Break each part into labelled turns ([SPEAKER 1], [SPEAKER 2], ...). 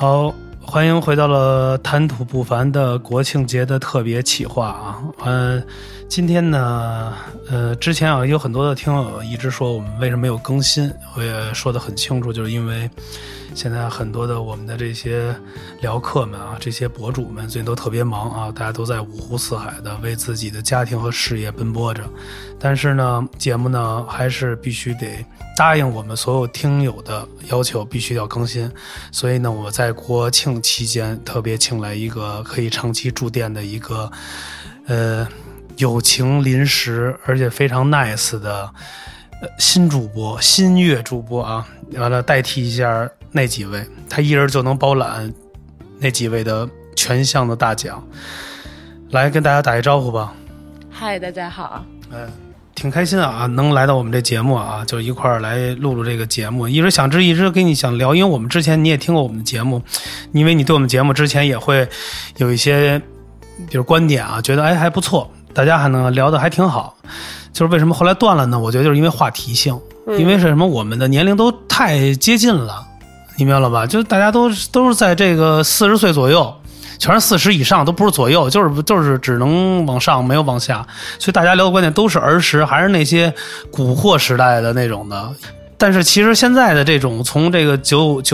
[SPEAKER 1] 好，欢迎回到了谈吐不凡的国庆节的特别企划啊。今天呢，之前啊有很多的听友一直说我们为什么没有更新，我也说得很清楚，就是因为现在很多的我们的这些聊客们啊，这些博主们最近都特别忙啊，大家都在五湖四海的为自己的家庭和事业奔波着。但是呢，节目呢还是必须得答应我们所有听友的要求，必须要更新。所以呢，我在国庆期间特别请来一个可以长期驻店的一个友情临时而且非常 nice 的新主播，新月主播啊，完了代替一下那几位，他一人就能包揽那几位的全项的大奖。来跟大家打一招呼吧。
[SPEAKER 2] 嗨，大家好。
[SPEAKER 1] 挺开心啊，能来到我们这节目啊，就一块儿来录这个节目。一直跟你想聊，因为我们之前你也听过我们的节目，因为你对我们节目之前也会有一些比如观点啊，觉得还不错，大家还能聊得还挺好。就是为什么后来断了呢？我觉得就是因为话题性，因为是什么？我们的年龄都太接近了，你明白了吧？就是大家都是在这个40岁左右。全是40以上，都不是左右，就是只能往上没有往下，所以大家聊的观点都是儿时，还是那些古惑时代的那种的。但是其实现在的这种从这个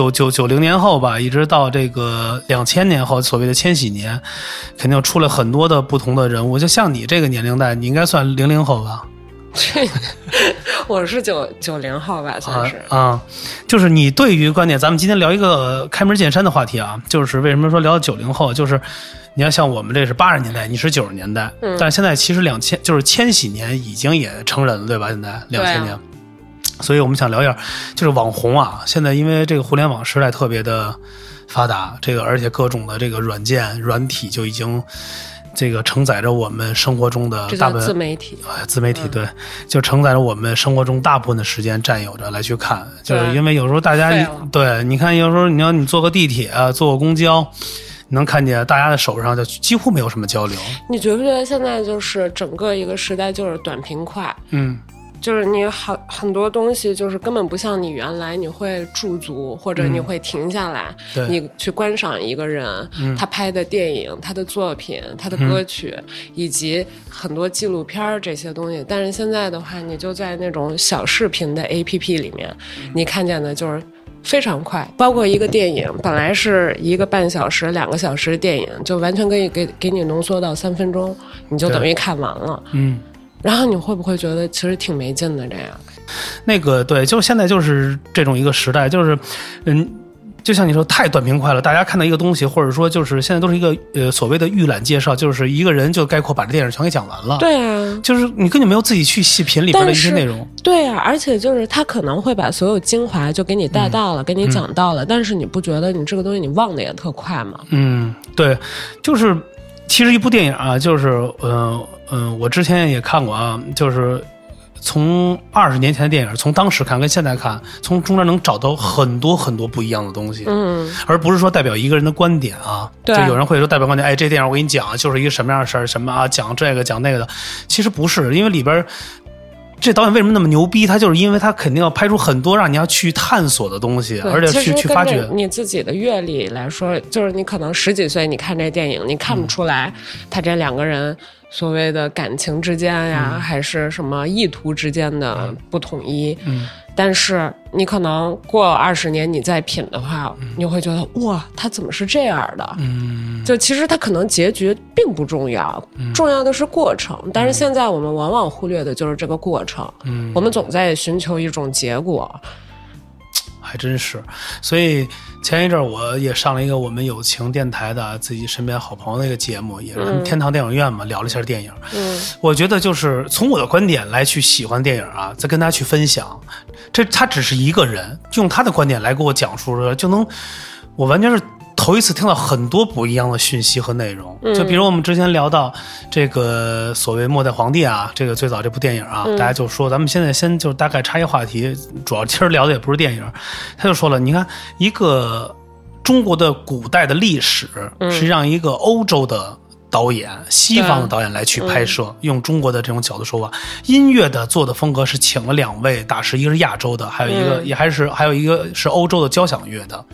[SPEAKER 1] 90年后吧，一直到这个2000年后，所谓的千禧年，肯定出了很多的不同的人物。就像你这个年龄代，你应该算00后吧？
[SPEAKER 2] 我是90后吧，算是
[SPEAKER 1] 就是你对于观点，咱们今天聊一个开门见山的话题啊，就是为什么说聊90后，就是你要像我们这是80年代，你是90年代，但是现在其实就是千禧年已经也成人了，对吧？现在2000年，所以我们想聊一下，就是网红啊，现在因为这个互联网时代特别的发达，这个而且各种的这个软体就已经。这个承载着我们生活中的大部分
[SPEAKER 2] 自媒体，
[SPEAKER 1] 对，就承载着我们生活中大部分的时间占有着来去看，就是因为有时候大家对你看，有时候你坐个地铁啊，坐个公交，你能看见大家的手上就几乎没有什么交流。
[SPEAKER 2] 你觉不觉得现在就是整个一个时代就是短平快？就是你很多东西就是根本不像你原来你会驻足，或者你会停下来，你去观赏一个人，他拍的电影，他的作品，他的歌曲，以及很多纪录片这些东西。但是现在的话，你就在那种小视频的 APP 里面，你看见的就是非常快，包括一个电影本来是1个半小时、2个小时的电影，就完全可以给你浓缩到3分钟，你就等于看完了。然后你会不会觉得其实挺没劲的这样？
[SPEAKER 1] 那个对，就现在就是这种一个时代，就是就像你说太短平快了，大家看到一个东西，或者说就是现在都是一个所谓的预览介绍，就是一个人就概括把这电影全给讲完了。对啊，就是你根本没有自己去细品里边的一些内容。
[SPEAKER 2] 对啊，而且就是他可能会把所有精华就给你带到了，给你讲到了，但是你不觉得你这个东西你忘的也特快吗？
[SPEAKER 1] 对，就是其实一部电影啊，就是我之前也看过啊，就是从20年前的电影，从当时看跟现在看，从中间能找到很多很多不一样的东西，而不是说代表一个人的观点啊。就有人会说代表观点，这电影我跟你讲就是一个什么样的事儿，什么啊，讲这个讲那个的，其实不是，因为里边。这导演为什么那么牛逼？他就是因为他肯定要拍出很多让你要去探索的东西，而且去发掘。
[SPEAKER 2] 你自己的阅历来说，就是你可能10几岁，你看这电影，你看不出来他这2个人所谓的感情之间呀，还是什么意图之间的不统一。但是你可能过20年你再品的话，你会觉得哇，他怎么是这样的？就其实他可能结局并不重要，重要的是过程。但是现在我们往往忽略的就是这个过程，我们总在寻求一种结果。
[SPEAKER 1] 还真是，所以前一阵我也上了一个我们友情电台的自己身边好朋友的一个节目，也是天堂电影院嘛，聊了一下电影。我觉得就是从我的观点来去喜欢电影啊，再跟大家去分享，他只是一个人用他的观点来给我讲述，就能我完全是头一次听到很多不一样的讯息和内容。就比如我们之前聊到这个所谓末代皇帝啊，这个最早这部电影啊，大家就说咱们现在先就大概插一话题，主要其实聊的也不是电影。他就说了，你看一个中国的古代的历史是让一个欧洲的导演，西方的导演来去拍摄，用中国的这种角度说话。音乐的做的风格是请了2位大师，一个是亚洲的，还有一个是欧洲的交响乐的。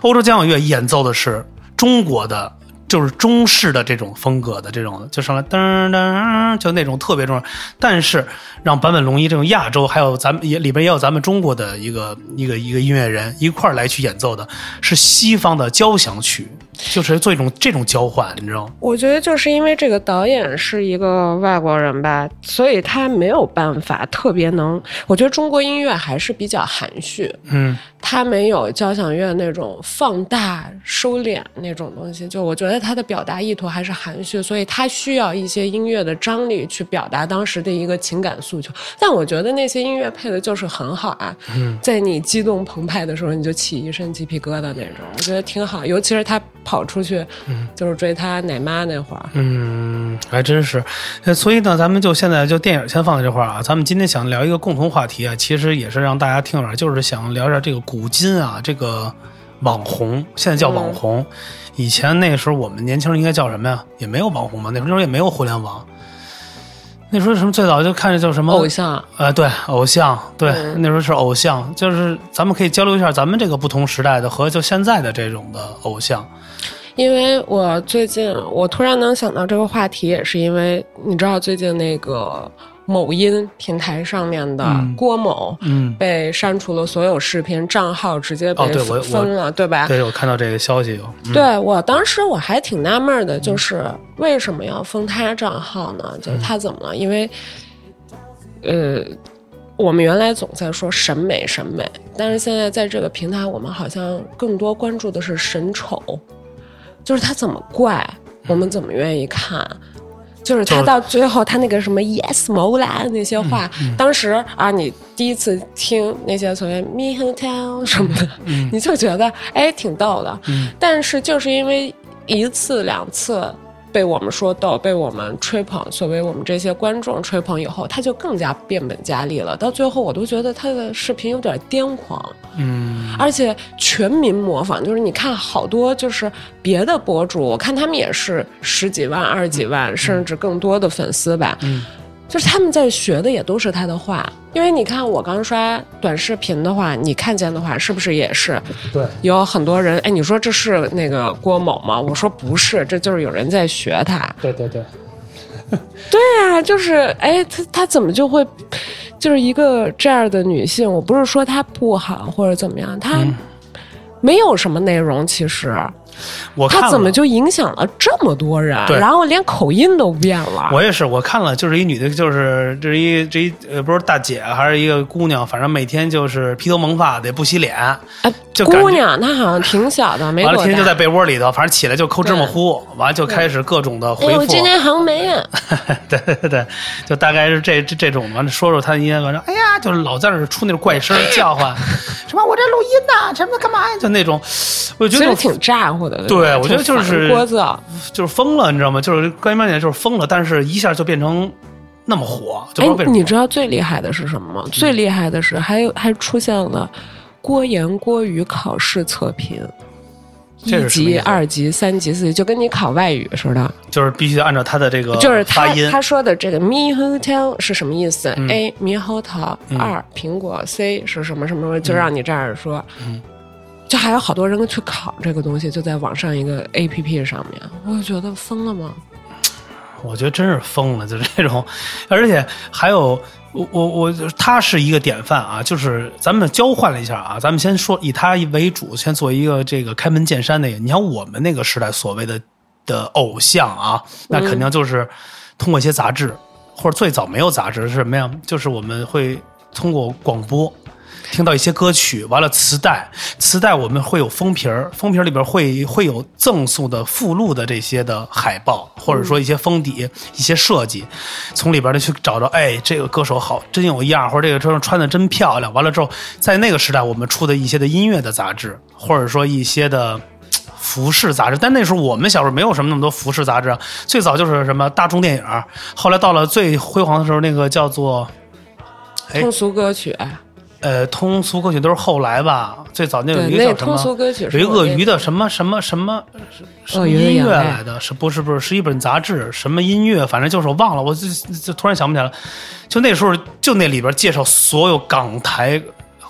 [SPEAKER 1] 欧洲交响乐演奏的是中国的，就是中式的这种风格的这种，就上来噔噔，就那种特别重要。但是让坂本龙一这种亚洲，还有咱们里边也有咱们中国的一个音乐人一块来去演奏的，是西方的交响曲。就是做这种交换，你知道吗？
[SPEAKER 2] 我觉得就是因为这个导演是一个外国人吧，所以他没有办法特别能。我觉得中国音乐还是比较含蓄，他没有交响乐那种放大收敛那种东西。就我觉得他的表达意图还是含蓄，所以他需要一些音乐的张力去表达当时的一个情感诉求。但我觉得那些音乐配的就是很好啊，在你激动澎湃的时候，你就起一身鸡皮疙瘩那种，我觉得挺好。尤其是他跑出去就是追他奶妈那会儿，
[SPEAKER 1] 还真是。所以呢，咱们就现在就电影先放在这块儿啊。咱们今天想聊一个共同话题啊，其实也是让大家听着，就是想聊一下这个古今啊，这个网红，现在叫网红。以前那时候我们年轻人应该叫什么呀？也没有网红嘛，那时候也没有互联网。那时候什么最早就看着叫什么
[SPEAKER 2] 偶像，
[SPEAKER 1] 对，偶像，对，那时候是偶像，就是咱们可以交流一下咱们这个不同时代的和就现在的这种的偶像。
[SPEAKER 2] 因为我最近我突然能想到这个话题，也是因为你知道最近那个某音平台上面的郭某被删除了所有视频，账号直接被封了，对吧？
[SPEAKER 1] 对，我看到这个消息
[SPEAKER 2] 对，我当时我还挺纳闷的，就是为什么要封他账号呢？就是他怎么了？因为我们原来总在说审美，但是现在在这个平台，我们好像更多关注的是审丑，就是他怎么怪，我们怎么愿意看。就是他到最后他那个什么 yes 某啦那些话，当时啊你第一次听那些所谓 me hotel 什么的，你就觉得挺逗的，但是就是因为一次两次被我们说逗，被我们吹捧，所谓我们这些观众吹捧以后，他就更加变本加厉了。到最后我都觉得他的视频有点癫狂，而且全民模仿，就是你看好多就是别的博主，我看他们也是10几万、20几万，甚至更多的粉丝吧。就是他们在学的也都是他的话，因为你看我刚刷短视频的话，你看见的话是不是也是？对，有很多人你说这是那个郭某吗？我说不是，这就是有人在学他。
[SPEAKER 1] 对
[SPEAKER 2] 对啊，就是他怎么就会就是一个这样的女性？我不是说她不好或者怎么样，她没有什么内容，其实。他怎么就影响了这么多人？然后连口音都变了。
[SPEAKER 1] 我也是，我看了，就是一女的，就是这一不是大姐还是一个姑娘，反正每天就是披头蒙发的，不洗脸。就
[SPEAKER 2] 姑娘她好像挺小的，没多大。
[SPEAKER 1] 完了天天就在被窝里头，反正起来就抠芝麻糊，完了就开始各种的回复。
[SPEAKER 2] 我今天好美啊！
[SPEAKER 1] 对，就大概是这种。完了说她一天晚上，就是老在那出那种怪声叫唤，什么我这录音呢，什么干嘛呀？就那种，我觉得
[SPEAKER 2] 挺咋呼的。
[SPEAKER 1] 对，我觉得就是
[SPEAKER 2] 锅子，
[SPEAKER 1] 就是疯了，你知道吗？就是关键就是疯了，但是一下就变成那么火。就不知道为什么。
[SPEAKER 2] 你知道最厉害的是什么吗？最厉害的是还出现了郭言郭语考试测评，1级、2级、3级、4级，就跟你考外语似的，
[SPEAKER 1] 就是必须按照他的这个
[SPEAKER 2] 就是
[SPEAKER 1] 发音。
[SPEAKER 2] 他说的这个 me hotel 是什么意思？A me hotel， 2苹果 C 是什么什么，就让你这样说。就还有好多人去考这个东西，就在网上一个 APP 上面，我就觉得疯了吗？
[SPEAKER 1] 我觉得真是疯了，就是这种，而且还有他是一个典范啊，就是咱们交换了一下啊，咱们先说以他为主，先做一个这个开门见山的。你看我们那个时代所谓的偶像啊，那肯定就是通过一些杂志，或者最早没有杂志是什么呀？就是我们会通过广播。听到一些歌曲，完了磁带我们会有封皮里边会有赠送的附录的这些的海报，或者说一些封底一些设计，从里边的去找到这个歌手好真有样，或者这个车上穿的真漂亮。完了之后，在那个时代我们出的一些的音乐的杂志，或者说一些的服饰杂志，但那时候我们小时候没有什么那么多服饰杂志，最早就是什么大众电影，后来到了最辉煌的时候，那个叫做
[SPEAKER 2] 通俗歌曲。
[SPEAKER 1] 通俗歌曲都是后来吧，最早那有一个叫什么
[SPEAKER 2] 通俗歌曲，
[SPEAKER 1] 有一个鳄鱼的什么音乐来的，不是是一本杂志，什么音乐，反正就是我忘了，我就突然想不起来了。就那时候就那里边介绍所有港台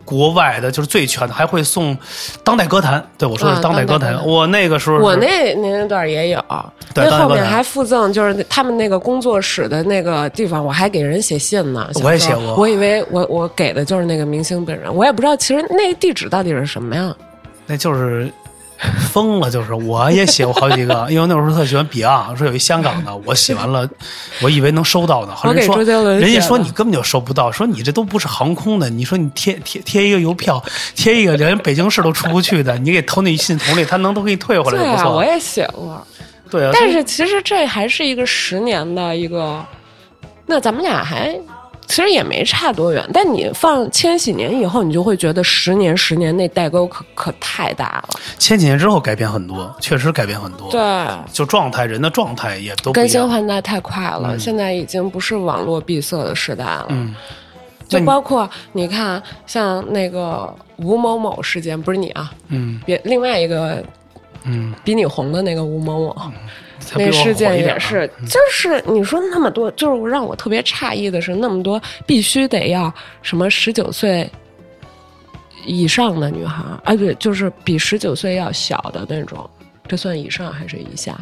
[SPEAKER 1] 国外的，就是最全的，还会送当代歌坛。对，我说的是当代歌坛。我那个时候，
[SPEAKER 2] 我那段也有，
[SPEAKER 1] 对，
[SPEAKER 2] 后面还附赠就是他们那个工作室的那个地方，我还给人写信呢。
[SPEAKER 1] 我也写过，
[SPEAKER 2] 我以为我给的就是那个明星本人，我也不知道其实那个地址到底是什么呀？
[SPEAKER 1] 那就是疯了，就是我也写过好几个，因为那时候特喜欢 Beyond， 说有一香港的，我写完了，我以为能收到呢，后来说人家说你根本就收不到，说你这都不是航空的，你说你贴一个邮票，贴一个连北京市都出不去的，你给投那信筒里，他都给你退回来，
[SPEAKER 2] 对啊，我也写过，
[SPEAKER 1] 对啊，
[SPEAKER 2] 但是其实这还是一个10年的一个，那咱们俩还。其实也没差多远，但你放千禧年以后，你就会觉得10年那代沟可太大了。
[SPEAKER 1] 千禧年之后改变很多，确实改变很多。
[SPEAKER 2] 对，
[SPEAKER 1] 就人的状态也都不一样，
[SPEAKER 2] 更新换代太快了，现在已经不是网络闭塞的时代了。就包括你看，像那个吴某某事件，不是你啊，别另外一个，比你红的那个吴某某。那事件也是，就是你说那么多，就是让我特别诧异的是，那么多必须得要什么19岁以上的女孩，对，就是比19岁要小的那种，这算以上还是以下？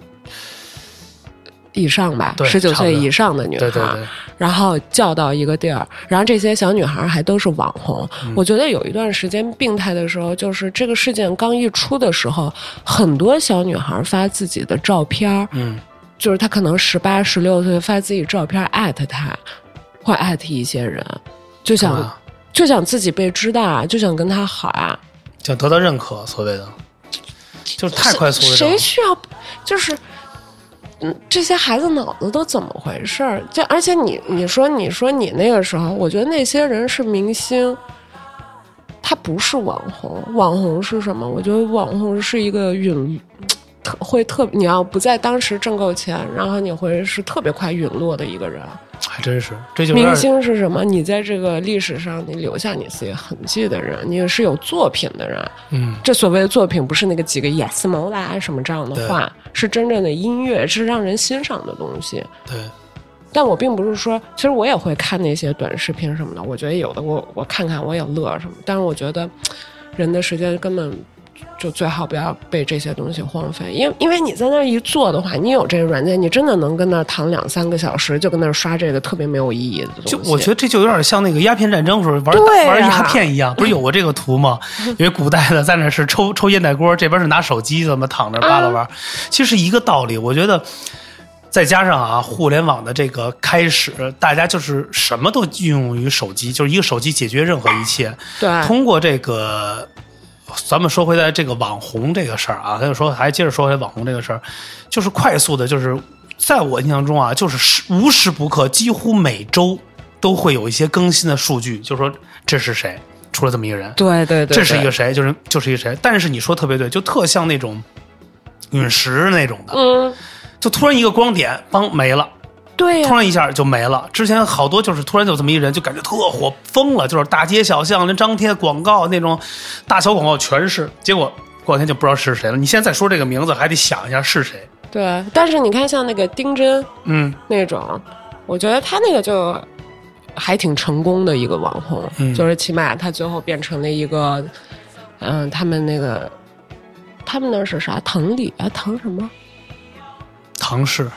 [SPEAKER 2] 以上吧，19岁以上的女孩，
[SPEAKER 1] 对，
[SPEAKER 2] 然后叫到一个地儿，然后这些小女孩还都是网红。我觉得有一段时间病态的时候，就是这个事件刚一出的时候，很多小女孩发自己的照片，就是她可能18、16岁发自己照片艾特她，或艾特一些人，就想自己被知道啊，就想跟她好啊，
[SPEAKER 1] 想得到认可，所谓的，就是太快速了。
[SPEAKER 2] 谁需要就是？这些孩子脑子都怎么回事？而且你说你那个时候，我觉得那些人是明星，他不是网红。网红是什么？我觉得网红是一个你要不在当时挣够钱，然后你会是特别快陨落的一个人。
[SPEAKER 1] 还真是，这就
[SPEAKER 2] 明星是什么？你在这个历史上，你留下你自己痕迹的人，你也是有作品的人。这所谓的作品，不是那个几个 yes mo 啦什么这样的话，是真正的音乐，是让人欣赏的东西。
[SPEAKER 1] 对。
[SPEAKER 2] 但我并不是说，其实我也会看那些短视频什么的，我觉得有的我看看我也乐什么，但是我觉得人的时间根本。就最好不要被这些东西荒废，因为你在那一做的话，你有这个软件，你真的能跟那躺2、3个小时，就跟那刷这个特别没有意义的东西。
[SPEAKER 1] 就我觉得这就有点像那个鸦片战争时候玩鸦片一样，不是有过这个图吗？因为古代的在那是抽烟袋锅，这边是拿手机怎么躺着扒拉玩，其实一个道理。我觉得再加上互联网的这个开始，大家就是什么都运用于手机，就是一个手机解决任何一切。
[SPEAKER 2] 对，
[SPEAKER 1] 通过这个。咱们说回来这个网红这个事儿啊，他就说还接着说回来网红这个事儿，就是快速的，就是在我印象中啊，就是无时不刻，几乎每周都会有一些更新的数据，就说这是谁出了这么一个人，
[SPEAKER 2] 对，
[SPEAKER 1] 这是一个谁，就是一个谁。但是你说特别对，就特像那种陨石那种的，就突然一个光点，帮没了。
[SPEAKER 2] 对呀，
[SPEAKER 1] 突然一下就没了。之前好多就是突然就这么一人，就感觉特火，疯了，就是大街小巷连张贴广告那种大小广告全是。结果过两天就不知道是谁了。你现在再说这个名字，还得想一下是谁。
[SPEAKER 2] 对，但是你看像那个丁真，那种，我觉得他那个就还挺成功的一个网红，就是起码他最后变成了一个，他们那是啥？唐李啊，唐什么？
[SPEAKER 1] 唐氏。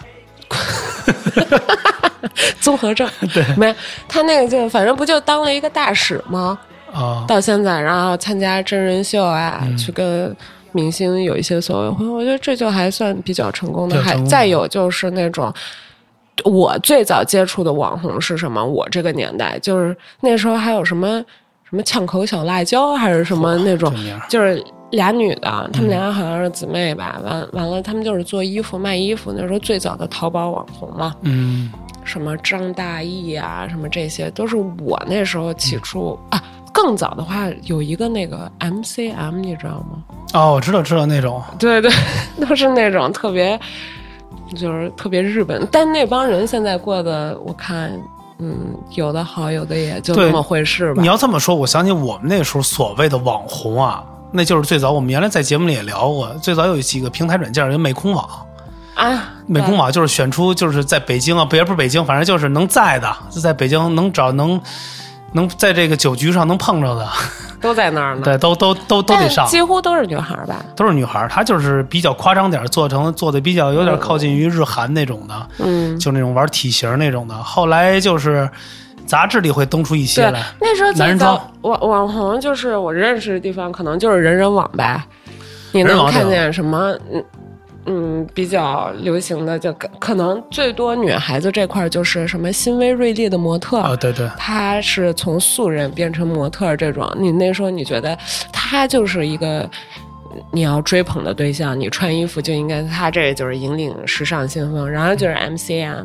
[SPEAKER 2] 综合症
[SPEAKER 1] 对，
[SPEAKER 2] 没他那个就反正不就当了一个大使吗？到现在然后参加真人秀啊，去跟明星有一些所谓婚，我觉得这就还算比较成功的。还再有就是那种我最早接触的网红是什么？我这个年代就是那时候还有什么呛口小辣椒还是什么那种，就是俩女的，她们俩好像是姊妹吧，完了她们就是做衣服卖衣服，那时候最早的淘宝网红嘛，什么张大奕啊，什么这些都是我那时候起初啊。更早的话有一个那个 MCM 你知道吗？
[SPEAKER 1] 哦，我知道那种，
[SPEAKER 2] 对对，都是那种特别就是特别日本，但那帮人现在过得我看有的好，有的也就那么回事吧。
[SPEAKER 1] 你要这么说，我想起我们那时候所谓的网红啊，那就是最早我们原来在节目里也聊过，最早有几个平台软件，有美空网
[SPEAKER 2] 啊，
[SPEAKER 1] 美空网就是选出就是在北京啊，不是北京，反正就是能在的，在北京能找能能在这个酒局上能碰着的
[SPEAKER 2] 都在那儿呢。
[SPEAKER 1] 对，都得上，
[SPEAKER 2] 几乎都是女孩吧？
[SPEAKER 1] 都是女孩，她就是比较夸张点，做的比较有点靠近于日韩那种的，就那种玩体型那种的。后来就是杂志里会登出一些来，
[SPEAKER 2] 那时候
[SPEAKER 1] 男人装
[SPEAKER 2] 网红，就是我认识的地方，可能就是人人网吧，你能看见什么？比较流行的就可能最多女孩子这块就是什么新薇瑞丽的模特
[SPEAKER 1] 对，
[SPEAKER 2] 她是从素人变成模特这种，你那时候你觉得她就是一个你要追捧的对象，你穿衣服就应该她这就是引领时尚新风，然后就是 MCM，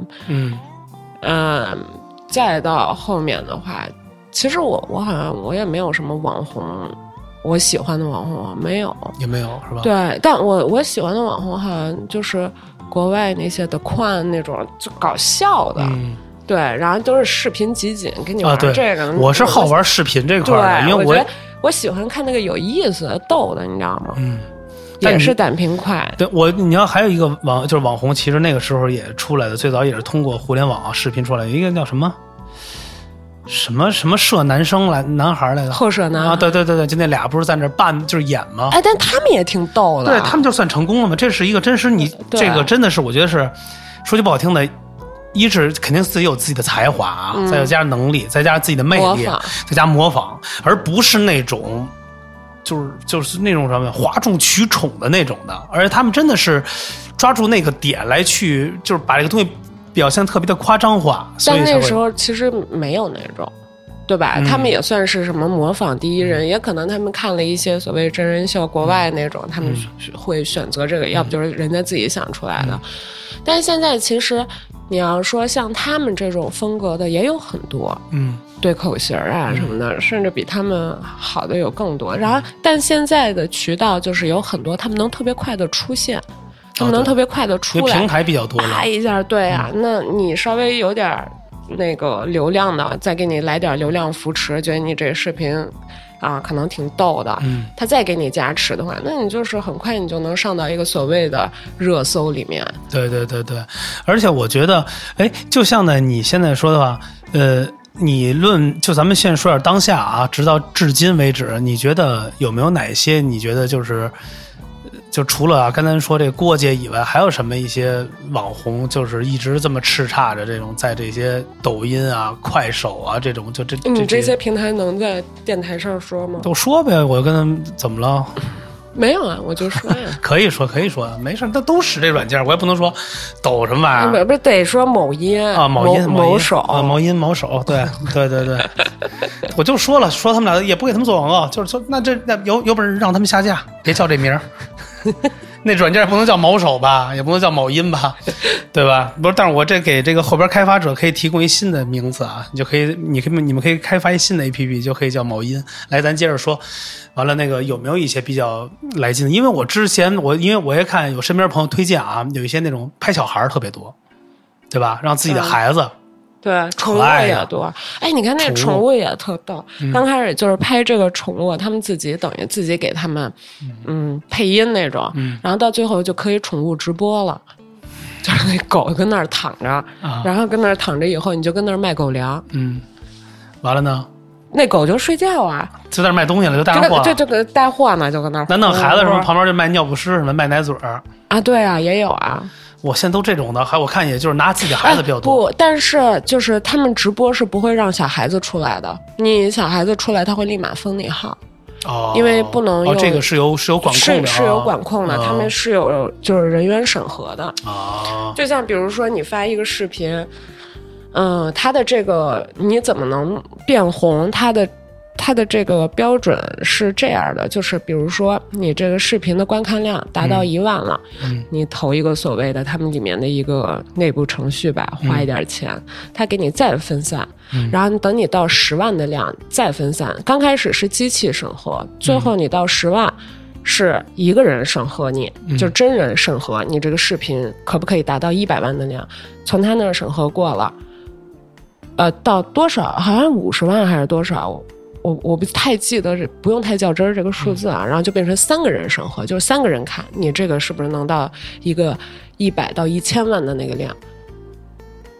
[SPEAKER 2] 再到后面的话，其实我好像我也没有什么网红。我喜欢的网红没有，
[SPEAKER 1] 也没有是吧？
[SPEAKER 2] 对，但我喜欢的网红好像就是国外那些的宽那种就搞笑的，对，然后都是视频集锦跟你玩这个。
[SPEAKER 1] 我是好玩视频这块的，因为
[SPEAKER 2] 我觉得我喜欢看那个有意思的逗的，你知道吗？也是短平快。
[SPEAKER 1] 对你要还有一个就是网红，其实那个时候也出来的，最早也是通过互联网视频出来的，一个叫什么社男生男孩来的
[SPEAKER 2] 后社男
[SPEAKER 1] 对，就那俩不是在那扮就是演吗？
[SPEAKER 2] 但他们也挺逗的，
[SPEAKER 1] 对他们就算成功了嘛。这是一个真实，这个真的是我觉得是说句不好听的，一是肯定自己有自己的才华啊，再加上能力，再加上自己的魅力，再加模仿，而不是那种就是那种什么哗众取宠的那种的，而且他们真的是抓住那个点来去，就是把这个东西表现特别的夸张化，
[SPEAKER 2] 但那时候其实没有那种，对吧？他们也算是什么模仿第一人，也可能他们看了一些所谓真人秀，国外那种，他们会选择这个，要不就是人家自己想出来的。但是现在其实你要说像他们这种风格的也有很多，对口型啊什么的，甚至比他们好的有更多。然后，但现在的渠道就是有很多，他们能特别快的出现。他们能特别快的出来，
[SPEAKER 1] 平台比较多了，
[SPEAKER 2] 啪一下，对啊，那你稍微有点那个流量的，再给你来点流量扶持，觉得你这视频啊可能挺逗的，他再给你加持的话，那你就是很快你就能上到一个所谓的热搜里面。
[SPEAKER 1] 对，而且我觉得，就像呢，你现在说的话，你就咱们现在说点当下啊，直到至今为止，你觉得有没有哪些你觉得就除了刚才说这郭姐以外，还有什么一些网红就是一直这么叱咤着这种在这些抖音啊、快手啊这种
[SPEAKER 2] 你这些平台能在电台上说吗？
[SPEAKER 1] 都说呗，我跟他们怎么了？
[SPEAKER 2] 没有啊，我就说呀。
[SPEAKER 1] 可以说，没事，都使这软件，我也不能说抖什么玩意儿。
[SPEAKER 2] 不是得说某音啊，某手
[SPEAKER 1] 啊，某手，对，我就说了，说他们俩也不给他们做广告，就是说那有本事让他们下架，别叫这名儿。那软件不能叫某手吧，也不能叫某音吧，对吧？不是，但是我这给这个后边开发者可以提供一新的名字啊，你们可以开发一新的 APP， 就可以叫某音。来，咱接着说，完了那个有没有一些比较来劲的？因为我之前因为我也看有身边朋友推荐啊，有一些那种拍小孩特别多，对吧？让自己的孩子。
[SPEAKER 2] 对，宠物也多。你看那宠物也特逗。刚开始就是拍这个宠物，他们自己等于自己给他们，配音那种。然后到最后就可以宠物直播了，就是那狗跟那儿躺着，然后跟那儿躺着以后，你就跟那儿卖狗粮。
[SPEAKER 1] 完了呢？
[SPEAKER 2] 那狗就睡觉啊，
[SPEAKER 1] 就在那卖东西了，就带货了，
[SPEAKER 2] 就带货呢，就跟那儿。
[SPEAKER 1] 那弄孩子什么旁边就卖尿不湿什么，卖奶嘴儿
[SPEAKER 2] 啊，对啊，也有啊。
[SPEAKER 1] 我现在都这种的，还我看也就是拿自己的孩子比较多。
[SPEAKER 2] 不，但是就是他们直播是不会让小孩子出来的，你小孩子出来他会立马封你号。因为不能用。
[SPEAKER 1] 这个是有管控的，
[SPEAKER 2] 是有管控的，他们是有就是人员审核的。就像比如说你发一个视频，它的这个你怎么能变红？它的这个标准是这样的，就是比如说你这个视频的观看量达到1万了，你投一个所谓的他们里面的一个内部程序吧，花一点钱，他给你再分散，然后等你到10万的量再分散。刚开始是机器审核，最后你到10万是一个人审核你，就真人审核你这个视频可不可以达到100万的量，从他那儿审核过了，到多少好像50万还是多少，我不太记得，不用太较真儿这个数字啊，然后就变成3个人审核，就是3个人看你这个是不是能到一个100到1000万的那个量，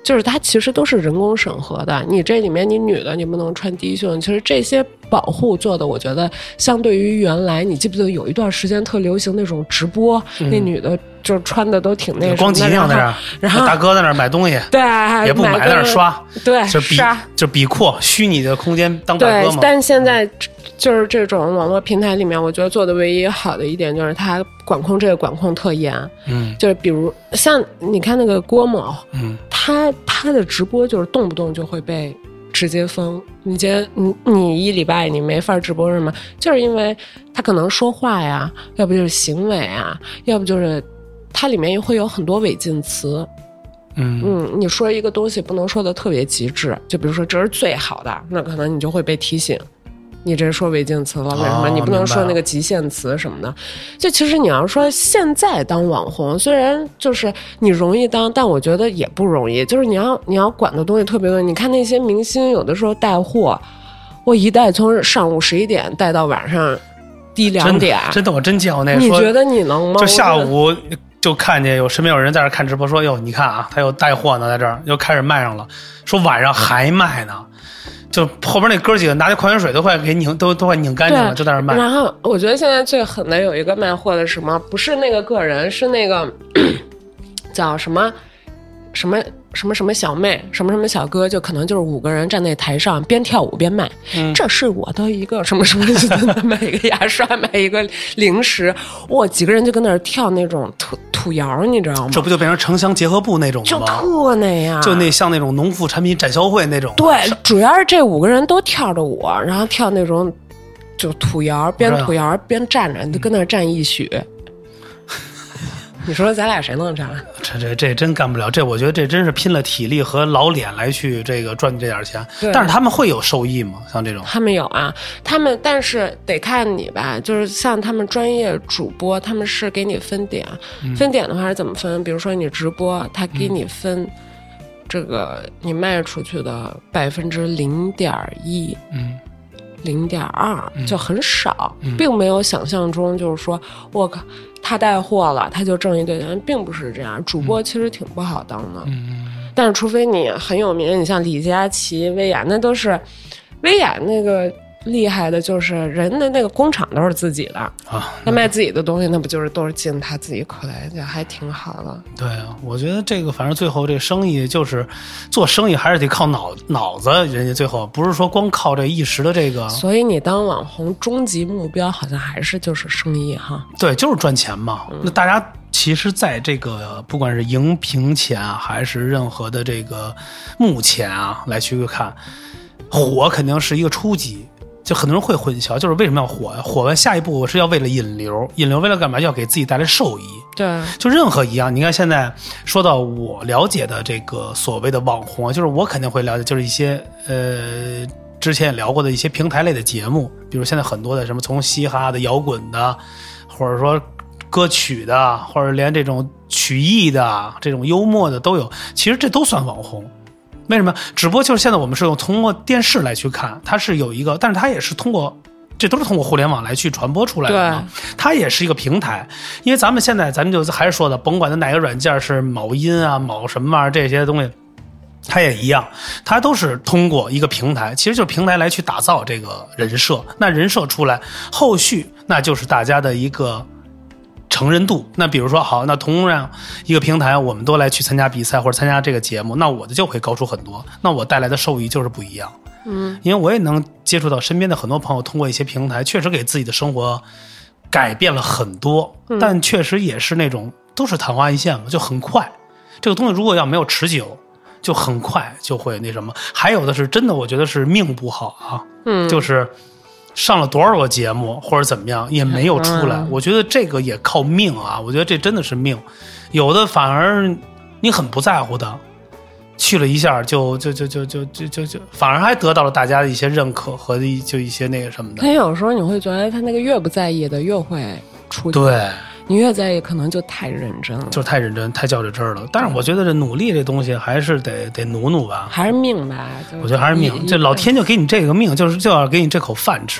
[SPEAKER 2] 就是它其实都是人工审核的，你这里面你女的你不能穿低胸，其实这些保护做的我觉得相对于原来，你记不记得有一段时间特流行那种直播，那女的就穿的都挺那什么的，
[SPEAKER 1] 光脊梁在那儿，然后大哥在那儿买东西，
[SPEAKER 2] 对，
[SPEAKER 1] 也不买，在那儿刷，
[SPEAKER 2] 对，
[SPEAKER 1] 就比阔虚拟的空间当大哥嘛。
[SPEAKER 2] 对，但现在就是这种网络平台里面，我觉得做的唯一好的一点就是它管控这个管控特严，就是比如像你看那个郭某，他的直播就是动不动就会被直接封，你一礼拜你没法直播是吗？就是因为他可能说话呀，要不就是行为啊，要不就是它里面会有很多违禁词。你说一个东西不能说的特别极致，就比如说这是最好的，那可能你就会被提醒，你这说违禁词了，为什么你不能说那个极限词什么的？就其实你要说现在当网红，虽然就是你容易当，但我觉得也不容易。就是你要管的东西特别多。你看那些明星有的时候带货，我一带从上午11点带到晚上1-2点，
[SPEAKER 1] 真的我真见过那。
[SPEAKER 2] 你觉得你能吗？
[SPEAKER 1] 就下午就看见身边有人在这看直播，说哟，你看啊，他又带货呢，在这儿又开始卖上了，说晚上还卖呢。就后边那哥几个拿着矿泉水都快给拧，都快拧干净了，就在那卖。
[SPEAKER 2] 然后我觉得现在最狠的有一个卖货的什么，不是那个个人，是那个叫什么小妹，什么小哥，就可能就是5个人站在台上边跳舞边卖。这是我的一个什么卖一个牙刷，卖一个零食，哇，几个人就跟那儿跳那种土窑，你知道吗？
[SPEAKER 1] 这不就变成城乡结合部那种了吗？
[SPEAKER 2] 就特那样，
[SPEAKER 1] 就那像那种农副产品展销会那种。
[SPEAKER 2] 对，主要是这5个人都跳着舞，然后跳那种就土窑，边土窑边站着，就跟那儿站一宿。你说咱俩谁能站？
[SPEAKER 1] 这真干不了。这我觉得这真是拼了体力和老脸来去这个赚这点钱。但是他们会有收益吗？像这种
[SPEAKER 2] 他们有啊，但是得看你吧。就是像他们专业主播，他们是给你分点，分点的话是怎么分？比如说你直播，他给你分这个你卖出去的0.1%。0.2%就很少，并没有想象中就是说我靠他带货了他就挣一堆钱，并不是这样。主播其实挺不好当的，但是除非你很有名，你像李佳琦、薇娅，那都是薇娅那个厉害的，就是人的那个工厂都是自己的啊，他卖自己的东西，那不就是都是进他自己口袋，就还挺好的。
[SPEAKER 1] 对啊，我觉得这个反正最后这生意就是做生意还是得靠脑子，人家最后不是说光靠这一时的这个。
[SPEAKER 2] 所以你当网红终极目标好像还是就是生意哈。
[SPEAKER 1] 对，就是赚钱嘛。那大家其实在这个不管是荧屏前啊，还是任何的这个目前啊来去看，火肯定是一个初级。就很多人会混淆，就是为什么要火呀？火完下一步我是要为了引流，引流为了干嘛？要给自己带来收益。
[SPEAKER 2] 对，
[SPEAKER 1] 就任何一样，你看现在说到我了解的这个所谓的网红，就是我肯定会了解，就是一些之前也聊过的一些平台类的节目，比如现在很多的什么从嘻哈的、摇滚的，或者说歌曲的，或者连这种曲艺的、这种幽默的都有，其实这都算网红。为什么？只不过就是现在我们是通过电视来去看，它是有一个，但是它也是通过，这都是通过互联网来去传播出来的嘛。它也是一个平台，因为咱们就还是说的，甭管它哪个软件是某音啊、某什么玩意儿这些东西，它也一样，它都是通过一个平台，其实就是平台来去打造这个人设。那人设出来，后续那就是大家的一个成人度。那比如说好，那同样一个平台我们都来去参加比赛或者参加这个节目，那我的就会高出很多，那我带来的收益就是不一样。因为我也能接触到身边的很多朋友，通过一些平台确实给自己的生活改变了很多，但确实也是那种都是昙花一现嘛，就很快。这个东西如果要没有持久，就很快就会那什么。还有的是真的我觉得是命不好啊，就是上了多少个节目或者怎么样也没有出来，我觉得这个也靠命啊，我觉得这真的是命。有的反而你很不在乎的，去了一下就反而还得到了大家的一些认可和就一些那个什么的。
[SPEAKER 2] 但有时候你会觉得他那个越不在意的越会出去，
[SPEAKER 1] 对，
[SPEAKER 2] 你越在意可能就太认真了，
[SPEAKER 1] 就是太认真太较着真了。但是我觉得这努力这东西还是得努努吧，
[SPEAKER 2] 还是命吧。
[SPEAKER 1] 我觉得还是命，这老天就给你这个命，就要给你这口饭吃。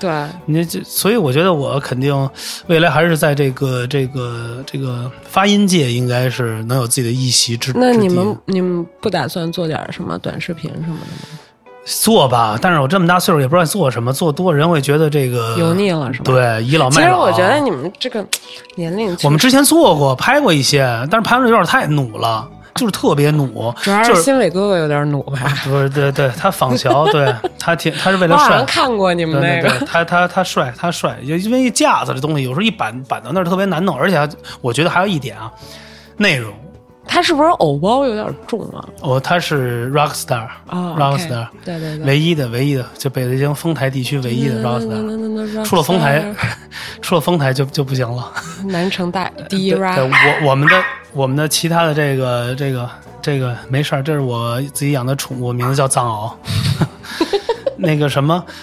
[SPEAKER 2] 对，
[SPEAKER 1] 所以我觉得我肯定未来还是在这个发音界应该是能有自己的一席之地。
[SPEAKER 2] 那你们不打算做点什么短视频什么的吗？
[SPEAKER 1] 做吧，但是我这么大岁数也不知道做什么，做多人会觉得这个
[SPEAKER 2] 油腻了，是吧？
[SPEAKER 1] 对，倚老卖老。
[SPEAKER 2] 其实我觉得你们这个年龄，
[SPEAKER 1] 我们之前做过拍过一些，但是拍的有点太努了，就是特别努。
[SPEAKER 2] 主要是新伟哥哥有点努吧？
[SPEAKER 1] 不是，对，他仿乔，对他是为了帅。我
[SPEAKER 2] 好像看过你们那个，
[SPEAKER 1] 对他帅，因为架子这东西有时候一板到那儿特别难弄，而且我觉得还有一点啊，内容。
[SPEAKER 2] 他是不是偶包有点重啊？
[SPEAKER 1] 他是 rockstar
[SPEAKER 2] 啊
[SPEAKER 1] ，rockstar，
[SPEAKER 2] 对，
[SPEAKER 1] 唯一的，就北京丰台地区唯一的 rockstar， 除了丰台就不行了。
[SPEAKER 2] 南城第一 rock。
[SPEAKER 1] 我们的其他的这个没事儿，这是我自己养的宠物，名字叫藏獒。那个什么，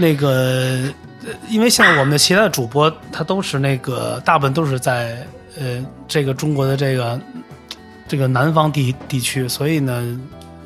[SPEAKER 1] 因为现在我们的其他的主播他都是大部分都是在这个中国的这个南方地区，所以呢，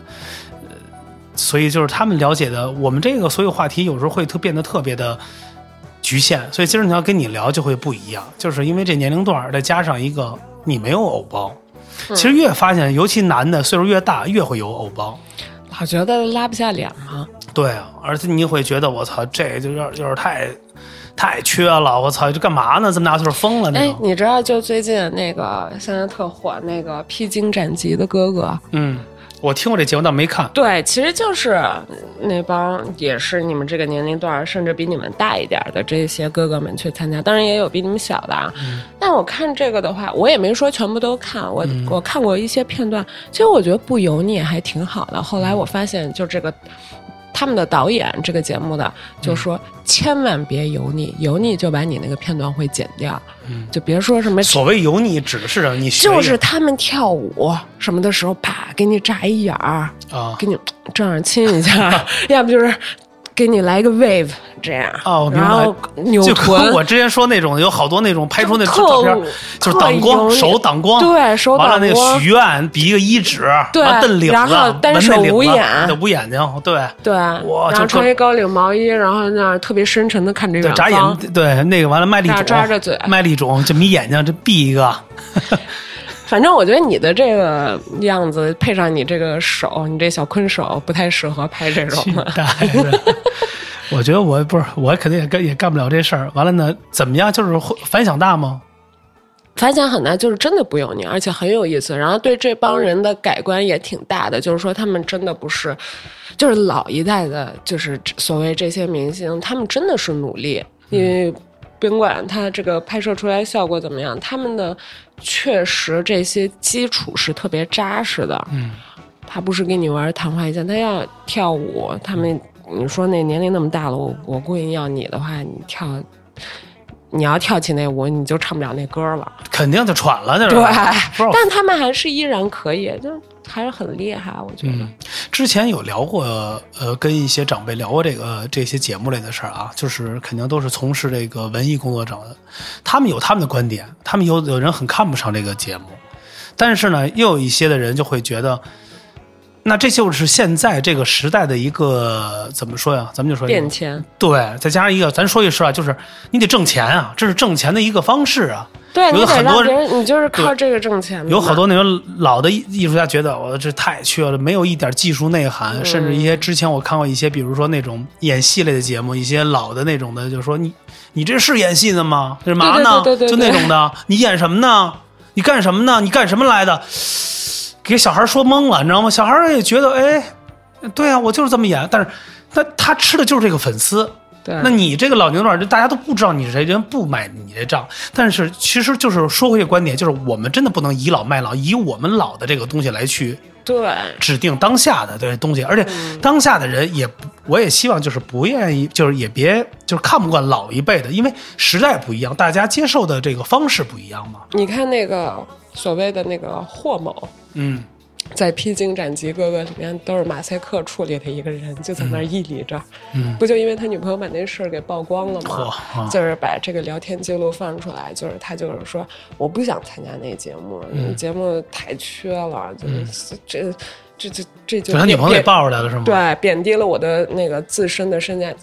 [SPEAKER 1] 就是他们了解的我们这个所有话题有时候会变得特别的局限，所以今儿你要跟你聊就会不一样，就是因为这年龄段再加上一个你没有偶包，其实越发现尤其男的岁数越大越会有偶包，
[SPEAKER 2] 老觉得拉不下脸吗？
[SPEAKER 1] 对啊，而且你会觉得我操，这就是太缺了，我操，这干嘛呢？这么大岁数疯了那种。
[SPEAKER 2] 你知道就最近现在特火披荆斩棘的哥哥，
[SPEAKER 1] 我听过这节目但没看。
[SPEAKER 2] 对，其实就是那帮也是你们这个年龄段甚至比你们大一点的这些哥哥们去参加，当然也有比你们小的啊。但我看这个的话，我也没说全部都看，我看过一些片段，其实我觉得不油腻还挺好的。后来我发现就这个他们的导演这个节目的就说千万别油腻，油腻就把你那个片段会剪掉，就别说什么
[SPEAKER 1] 所谓油腻指的是你
[SPEAKER 2] 就是他们跳舞什么的时候啪给你眨一眼儿啊，给你这样亲一下要不就是给你来个 wave 这样然后扭臀，
[SPEAKER 1] 就跟我之前说那种有好多那种拍出那种照片，就是挡光，手挡光，
[SPEAKER 2] 对，手挡光，
[SPEAKER 1] 完了那个许愿比一个一指，
[SPEAKER 2] 对，
[SPEAKER 1] 蹬领子，
[SPEAKER 2] 然后单手捂眼，
[SPEAKER 1] 捂眼睛，对，
[SPEAKER 2] 然后穿一高领毛衣，然后那样特别深沉的看着远方，
[SPEAKER 1] 眨眼，对，那个完了卖力肿，
[SPEAKER 2] 扎着嘴，
[SPEAKER 1] 卖力肿，这眯眼睛，这闭一个。
[SPEAKER 2] 反正我觉得你的这个样子配上你这个手，你这小坤手不太适合拍这种的。
[SPEAKER 1] 我觉得我肯定也干不了这事儿。完了呢，怎么样？就是反响大吗？
[SPEAKER 2] 反响很大，就是真的不油腻，而且很有意思。然后对这帮人的改观也挺大的，就是说他们真的不是，就是老一代的，就是所谓这些明星，他们真的是努力，因为甭管他这个拍摄出来效果怎么样，他们的确实这些基础是特别扎实的。他不是给你玩昙花一现，他要跳舞，他们你说那年龄那么大了，我估计要你的话，你要跳起那舞，你就唱不了那歌了，
[SPEAKER 1] 肯定就喘了，
[SPEAKER 2] 对。但他们还是依然可以，就还是很厉害，我觉得。
[SPEAKER 1] 之前有聊过，跟一些长辈聊过这些节目类的事儿啊，就是肯定都是从事这个文艺工作者的，他们有他们的观点，他们有人很看不上这个节目，但是呢，又有一些的人就会觉得。那这就是现在这个时代的一个怎么说呀？咱们就说
[SPEAKER 2] 变迁。
[SPEAKER 1] 对，再加上一个，咱说句实话，就是你得挣钱啊，这是挣钱的一个方式啊。
[SPEAKER 2] 对，
[SPEAKER 1] 有很多
[SPEAKER 2] 人，你就是靠这个挣钱。
[SPEAKER 1] 有好多那种老的艺术家觉得我这太缺了，没有一点技术内涵，甚至一些之前我看过一些，比如说那种演戏类的节目，一些老的那种的，就是说你这是演戏的吗？这是嘛呢？
[SPEAKER 2] 对，
[SPEAKER 1] 就那种的，你演什么呢？你干什么呢？你干什么来的？给小孩说懵了，你知道吗？小孩也觉得，哎，对啊，我就是这么演，但是他吃的就是这个粉丝。
[SPEAKER 2] 对，
[SPEAKER 1] 那你这个老牛段，大家都不知道你是谁，人不买你这账。但是其实就是说回这个观点，就是我们真的不能倚老卖老，以我们老的这个东西来去
[SPEAKER 2] 对
[SPEAKER 1] 指定当下的这东西，而且当下的人我也希望就是不愿意，就是也别就是看不惯老一辈的，因为时代不一样，大家接受的这个方式不一样嘛。
[SPEAKER 2] 你看那个所谓的那个霍某，在披荆斩棘哥哥里面都是马赛克处理的一个人，就在那儿屹立着，不就因为他女朋友把那事儿给曝光了吗？就是把这个聊天记录放出来，就是他就是说我不想参加那节目，节目太缺了，就是这就
[SPEAKER 1] 他女朋友给爆出来了是吗？
[SPEAKER 2] 对，贬低了我的那个自身的身价。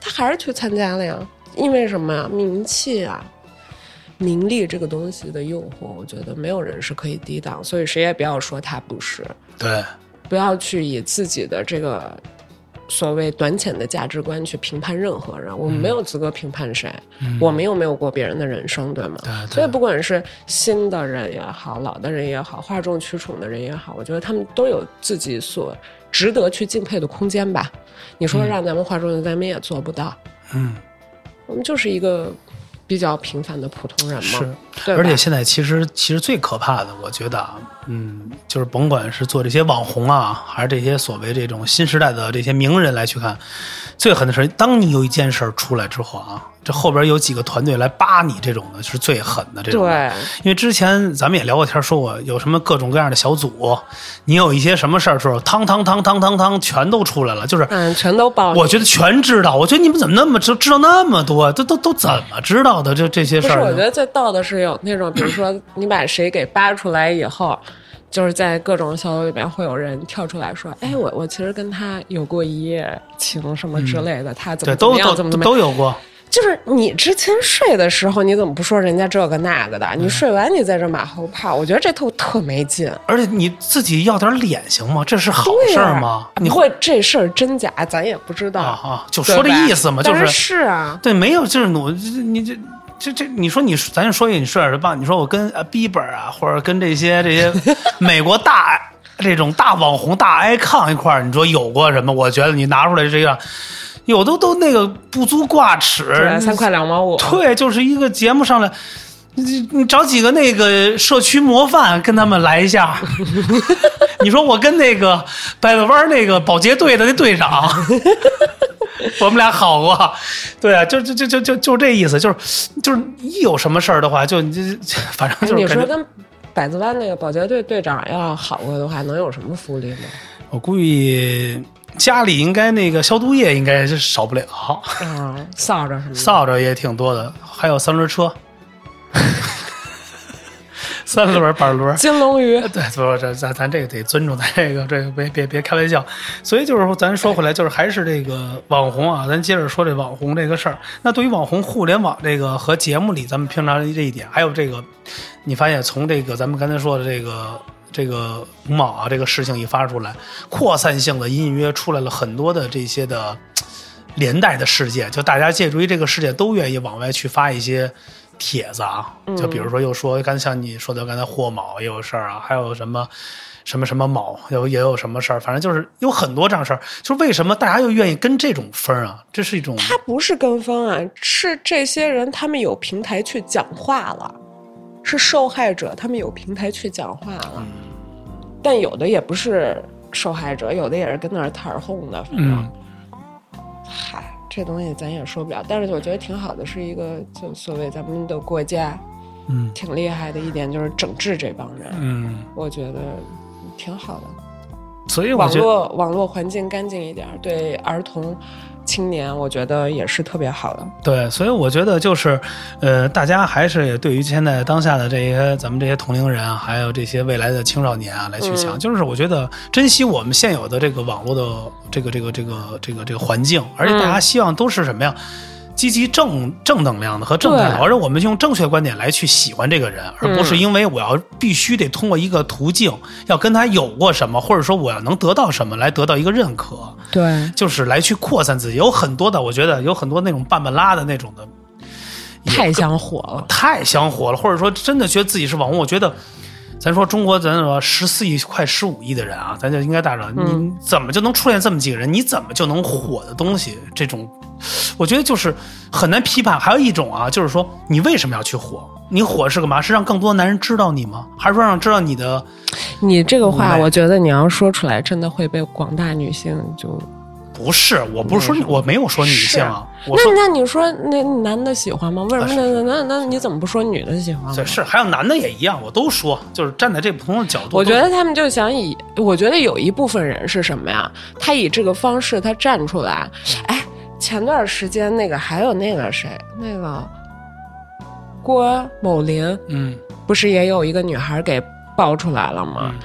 [SPEAKER 2] 他还是去参加了呀。因为什么呀？名气啊，名利这个东西的诱惑，我觉得没有人是可以抵挡，所以谁也不要说他不是。
[SPEAKER 1] 对，
[SPEAKER 2] 不要去以自己的这个所谓短浅的价值观去评判任何人，我们没有资格评判谁，我们又没有过别人的人生，对吗？
[SPEAKER 1] 对，
[SPEAKER 2] 所以不管是新的人也好，老的人也好，哗众取宠的人也好，我觉得他们都有自己所值得去敬佩的空间吧。你说让咱们哗众，咱们也做不到。我们就是一个比较平凡的普通人嘛。
[SPEAKER 1] 是，而且现在其实最可怕的，我觉得啊，就是甭管是做这些网红啊，还是这些所谓这种新时代的这些名人来去看，最狠的是，当你有一件事出来之后啊，这后边有几个团队来扒你，这种的是最狠的这种。
[SPEAKER 2] 对，
[SPEAKER 1] 因为之前咱们也聊过天，说过有什么各种各样的小组，你有一些什么事儿的时候，汤全都出来了，就是
[SPEAKER 2] 全都爆。
[SPEAKER 1] 我觉得全知道，我觉得你们怎么那么知道那么多，都怎么知道的？这些事儿。
[SPEAKER 2] 不是，我觉得最逗的是有那种，比如说你把谁给扒出来以后。就是在各种小组里面会有人跳出来说，哎，我其实跟他有过一夜情什么之类的，他怎么样怎么
[SPEAKER 1] 都有过。
[SPEAKER 2] 就是你之前睡的时候，你怎么不说人家这个那个的？你睡完你在这马后炮，我觉得这特没劲。
[SPEAKER 1] 而且你自己要点脸行吗？这是好事吗？你
[SPEAKER 2] 会这事儿真假咱也不知道
[SPEAKER 1] 就说这意思嘛，
[SPEAKER 2] 是啊，
[SPEAKER 1] 对，没有就是你这你说咱就说你睡点棒，你说我跟Bieber 啊，或者跟这些美国这种大网红大 icon 一块儿，你说有过什么？我觉得你拿出来这样，有都那个不足挂齿
[SPEAKER 2] ，3块2毛5。
[SPEAKER 1] 对，就是一个节目上来，你找几个那个社区模范跟他们来一下。你说我跟那个百子湾那个保洁队的那队长。我们俩好过，对啊，就这意思，就是一有什么事儿的话，反正就是。
[SPEAKER 2] 你说跟百子湾那个保洁队队长要好过的话，能有什么福利吗？
[SPEAKER 1] 我估计家里应该那个消毒液应该是少不了。
[SPEAKER 2] 扫帚什么的？
[SPEAKER 1] 扫帚也挺多的，还有3轮车。3轮8轮
[SPEAKER 2] 金龙鱼。
[SPEAKER 1] 对，不是咱这个得尊重，咱这个别开玩笑。所以就是说，咱说回来，就是还是这个网红啊，咱接着说这网红这个事儿。那对于网红互联网这个和节目里咱们平常这一点，还有这个，你发现从这个咱们刚才说的这个五毛啊这个事情一发出来，扩散性的隐约出来了很多的这些的连带的事件，就大家借助于这个事件都愿意往外去发一些帖子啊，就比如说又说刚才像你说的刚才霍某也有事儿啊，还有什么某也有什么事儿，反正就是有很多这样事儿。就是为什么大家又愿意跟这种风啊？这是一种，
[SPEAKER 2] 他不是跟风啊，是这些人他们有平台去讲话了，是受害者他们有平台去讲话了，但有的也不是受害者，有的也是跟那儿摊哄的，反正，嗨。这东西咱也说不了，但是我觉得挺好的，是一个就所谓咱们的国家，挺厉害的一点就是整治这帮人，我觉得挺好的。
[SPEAKER 1] 所以我觉得
[SPEAKER 2] 网络环境干净一点，对儿童青年我觉得也是特别好的。
[SPEAKER 1] 对，所以我觉得就是大家还是对于现在当下的这些咱们这些同龄人啊，还有这些未来的青少年啊来去想，就是我觉得珍惜我们现有的这个网络的这个环境，而且大家希望都是什么呀？积极正能量的和正态的，而且我们用正确观点来去喜欢这个人，而不是因为我要必须得通过一个途径要跟他有过什么，或者说我要能得到什么来得到一个认可。
[SPEAKER 2] 对，
[SPEAKER 1] 就是来去扩散自己。有很多的，我觉得有很多那种半拉的那种的，
[SPEAKER 2] 太想火了，
[SPEAKER 1] 或者说真的觉得自己是网红。我觉得咱说中国咱说14亿快15亿的人啊，咱就应该大着，你怎么就能出现这么几个人？你怎么就能火的东西？这种我觉得就是很难批判。还有一种啊，就是说你为什么要去火？你火是干嘛？是让更多男人知道你吗？还是说让知道你的？
[SPEAKER 2] 你这个话，我觉得你要说出来，真的会被广大女性就。
[SPEAKER 1] 不是，我不是说我没有说女性啊。
[SPEAKER 2] 那你说那男的喜欢吗？为什么那你怎么不说女的喜欢？
[SPEAKER 1] 是，还有男的也一样，我都说，就是站在这不同的角度。
[SPEAKER 2] 我觉得他们就想我觉得有一部分人是什么呀？他以这个方式他站出来。哎，前段时间那个还有那个谁，那个郭某林，不是也有一个女孩给爆出来了吗？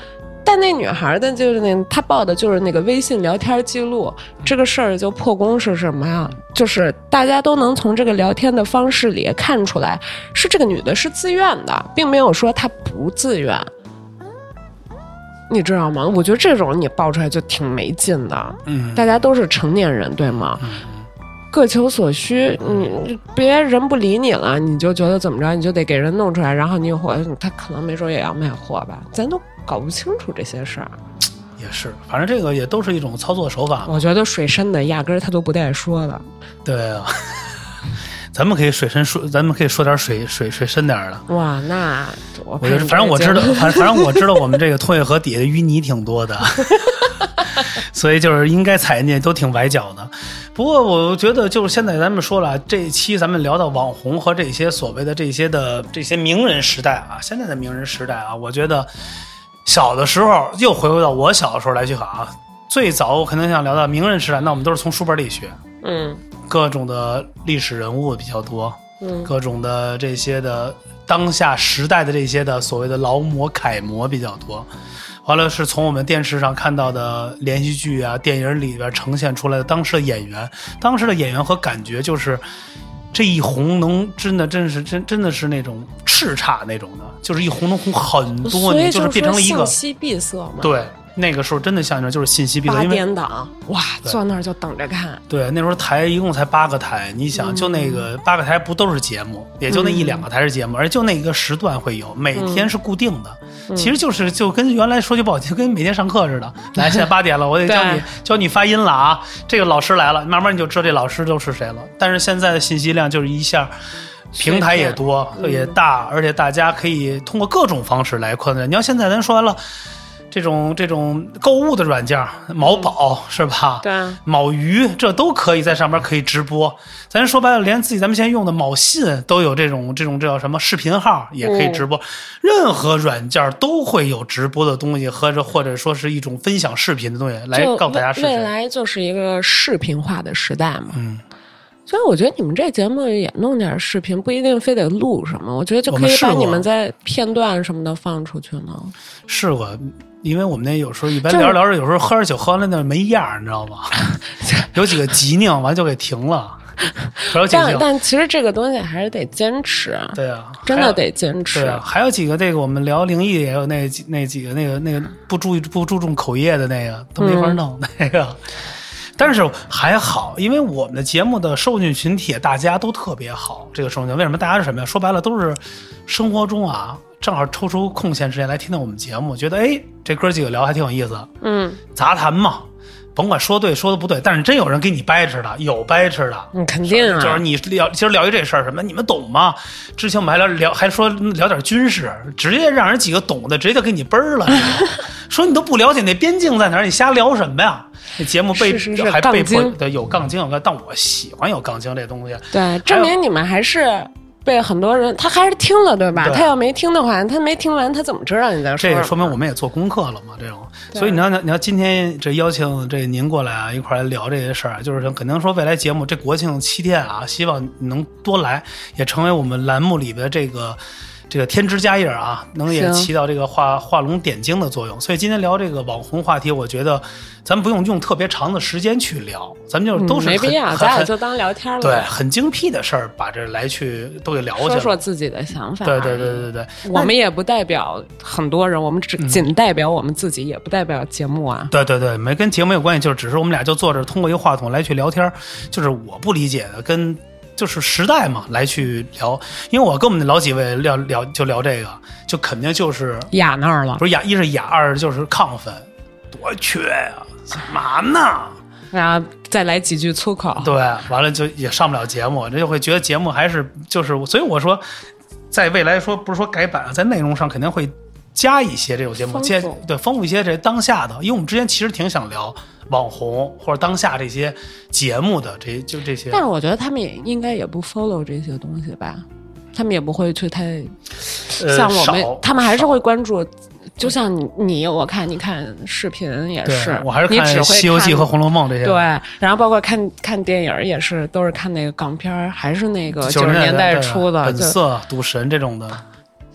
[SPEAKER 2] 但那女孩的就是她报的就是那个微信聊天记录，这个事儿就破功是什么呀？就是大家都能从这个聊天的方式里看出来，是这个女的是自愿的，并没有说她不自愿。你知道吗？我觉得这种你爆出来就挺没劲的。大家都是成年人，对吗？各求所需，别人不理你了，你就觉得怎么着，你就得给人弄出来，然后你他可能没准也要卖货吧，咱都搞不清楚这些事儿。
[SPEAKER 1] 也是，反正这个也都是一种操作手法。
[SPEAKER 2] 我觉得水深的压根儿他都不带说的。
[SPEAKER 1] 对啊。咱们可以咱们可以说点水深点的。
[SPEAKER 2] 哇，那我
[SPEAKER 1] 反正我知道，反正我知道我们这个通惠河底下淤泥挺多的，所以就是应该踩进去都挺崴脚的。不过我觉得就是现在咱们说了，这一期咱们聊到网红和这些所谓的这些名人时代啊，现在的名人时代啊，我觉得小的时候又回归到我小的时候来去看啊，最早我可能想聊到名人时代，那我们都是从书本里学。各种的历史人物比较多，各种的这些的当下时代的这些的所谓的劳模楷模比较多，完了是从我们电视上看到的连续剧啊、电影里边呈现出来的当时的演员和感觉就是这一红能真的是那种叱咤那种的，就是一红能红很多，你就是变成了一个
[SPEAKER 2] 信息闭塞嘛。
[SPEAKER 1] 对。那个时候真的像就是信息闭塞
[SPEAKER 2] ，8点档，哇，坐那儿就等着看。
[SPEAKER 1] 对，那时候台一共才8个台，你想就那个8个台不都是节目，也就那1-2个台是节目，而就那一个时段会有，每天是固定的。其实就跟原来说句不好听，跟每天上课似的。来，现在8点了，我得教你发音了啊！这个老师来了，慢慢你就知道这老师都是谁了。但是现在的信息量就是一下。平台也多也大，而且大家可以通过各种方式来扩展。你要现在咱说完了。这种购物的软件，某宝是吧？
[SPEAKER 2] 对，
[SPEAKER 1] 某鱼这都可以在上面可以直播。咱说白了，连自己咱们现在用的某信都有这种叫什么视频号也可以直播。任何软件都会有直播的东西，或者说是一种分享视频的东西来告诉大家是谁。
[SPEAKER 2] 未来就是一个视频化的时代嘛。所以我觉得你们这节目也弄点视频，不一定非得录什么，我觉得就可以把你们在片段什么的放出去呢。
[SPEAKER 1] 是我。因为我们那有时候一般聊着，有时候喝点酒喝完了那没样，你知道吗？有几个急拧完就给停了。
[SPEAKER 2] 但其实这个东西还是得坚持。
[SPEAKER 1] 对啊，
[SPEAKER 2] 真的得坚持。
[SPEAKER 1] 对啊，还有几个这个我们聊灵异也有那几个那个不注重口业的那个都没法弄那个。但是还好，因为我们的节目的受众群体大家都特别好。这个受众为什么大家是什么呀？说白了都是生活中啊。正好抽出空闲时间来听到我们节目，觉得这哥几个聊还挺有意思。杂谈嘛，甭管说对说的不对，但是真有人给你掰扯的，有掰扯的。
[SPEAKER 2] 肯定啊，
[SPEAKER 1] 就是你今儿聊一这事儿什么，你们懂吗？之前我们还说聊点军事，直接让人几个懂的直接就给你崩了。说你都不了解那边境在哪儿，你瞎聊什么呀？那节目还被迫的有杠精，但我喜欢有杠精这东西。
[SPEAKER 2] 对，证明你们还是。被很多人，他还是听了，对吧？对，他要没听的话，他没听完，他怎么知道你在说？
[SPEAKER 1] 这也说明我们也做功课了嘛，这种。所以你要今天这邀请这您过来啊，一块来聊这些事儿，就是肯定说未来节目这国庆7天啊，希望你能多来，也成为我们栏目里的这个添枝加叶啊，能也起到这个画龙点睛的作用。所以今天聊这个网红话题，我觉得咱们不用特别长的时间去聊，咱们就都是
[SPEAKER 2] 没必要，咱俩就当聊天了。
[SPEAKER 1] 对，很精辟的事儿，把这来去都给聊去了，
[SPEAKER 2] 说自己的想法。
[SPEAKER 1] 对，
[SPEAKER 2] 我们也不代表很多人，我们仅代表我们自己，也不代表节目啊。
[SPEAKER 1] 对，没跟节目有关系，就是只是我们俩就坐这通过一个话筒来去聊天，就是我不理解的就是时代嘛，来去聊，因为我跟我们老几位聊这个，就肯定就是
[SPEAKER 2] 哑那儿了，
[SPEAKER 1] 不是哑，一是哑，二就是亢奋，多缺呀，干嘛呢？
[SPEAKER 2] 然后再来几句粗口，
[SPEAKER 1] 对，完了就也上不了节目，这就会觉得节目还是就是，所以我说，在未来说不是说改版，在内容上肯定会加一些这种节目，丰富一些这当下的，因为我们之前其实挺想聊网红或者当下这些节目的这些，
[SPEAKER 2] 但是我觉得他们应该也不 follow 这些东西吧，他们也不会去太像我们，他们还是会关注。就像你我看你看视频也是，
[SPEAKER 1] 我还是看《西游记》和《红楼梦》这些。
[SPEAKER 2] 对，然后包括看电影也是，都是看那个港片，还是那个90年代初的
[SPEAKER 1] 本色、赌神这种的。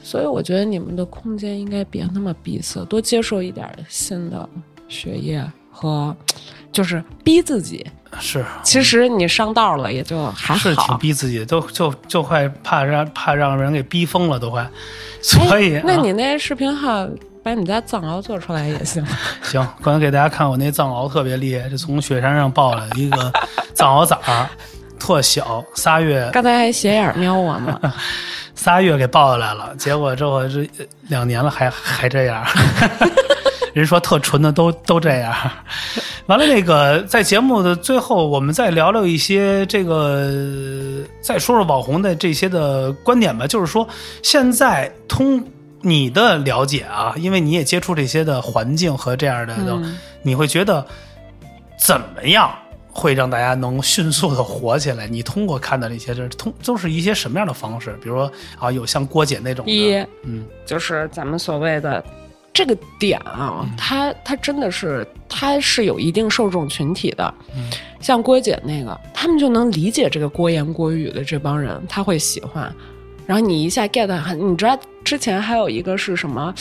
[SPEAKER 2] 所以我觉得你们的空间应该别那么闭塞，多接受一点新的学业和就是逼自己。
[SPEAKER 1] 是，
[SPEAKER 2] 其实你上道了也就还好，
[SPEAKER 1] 是挺逼自己，就快怕让人给逼疯了都快。所以，
[SPEAKER 2] 那你那视频号把你家藏獒做出来也行。
[SPEAKER 1] 行，刚才给大家看我那藏獒特别厉害，就从雪山上抱来一个藏獒崽儿，特小，3月。
[SPEAKER 2] 刚才还斜眼瞄我呢。
[SPEAKER 1] 3月给抱下来了，结果这会这2年了还这样。人说特纯的都这样。完了，那个在节目的最后，我们再聊聊一些这个，再说说网红的这些的观点吧。就是说，现在通你的了解啊，因为你也接触这些的环境和这样的，你会觉得怎么样会让大家能迅速的火起来？你通过看到这些，都是一些什么样的方式？比如说啊，有像郭姐那种的，
[SPEAKER 2] 就是咱们所谓的。这个点啊，它真的是，它是有一定受众群体的。像郭姐那个，他们就能理解这个郭言郭语的这帮人，他会喜欢。然后你一下 get 你知道之前还有一个是什么？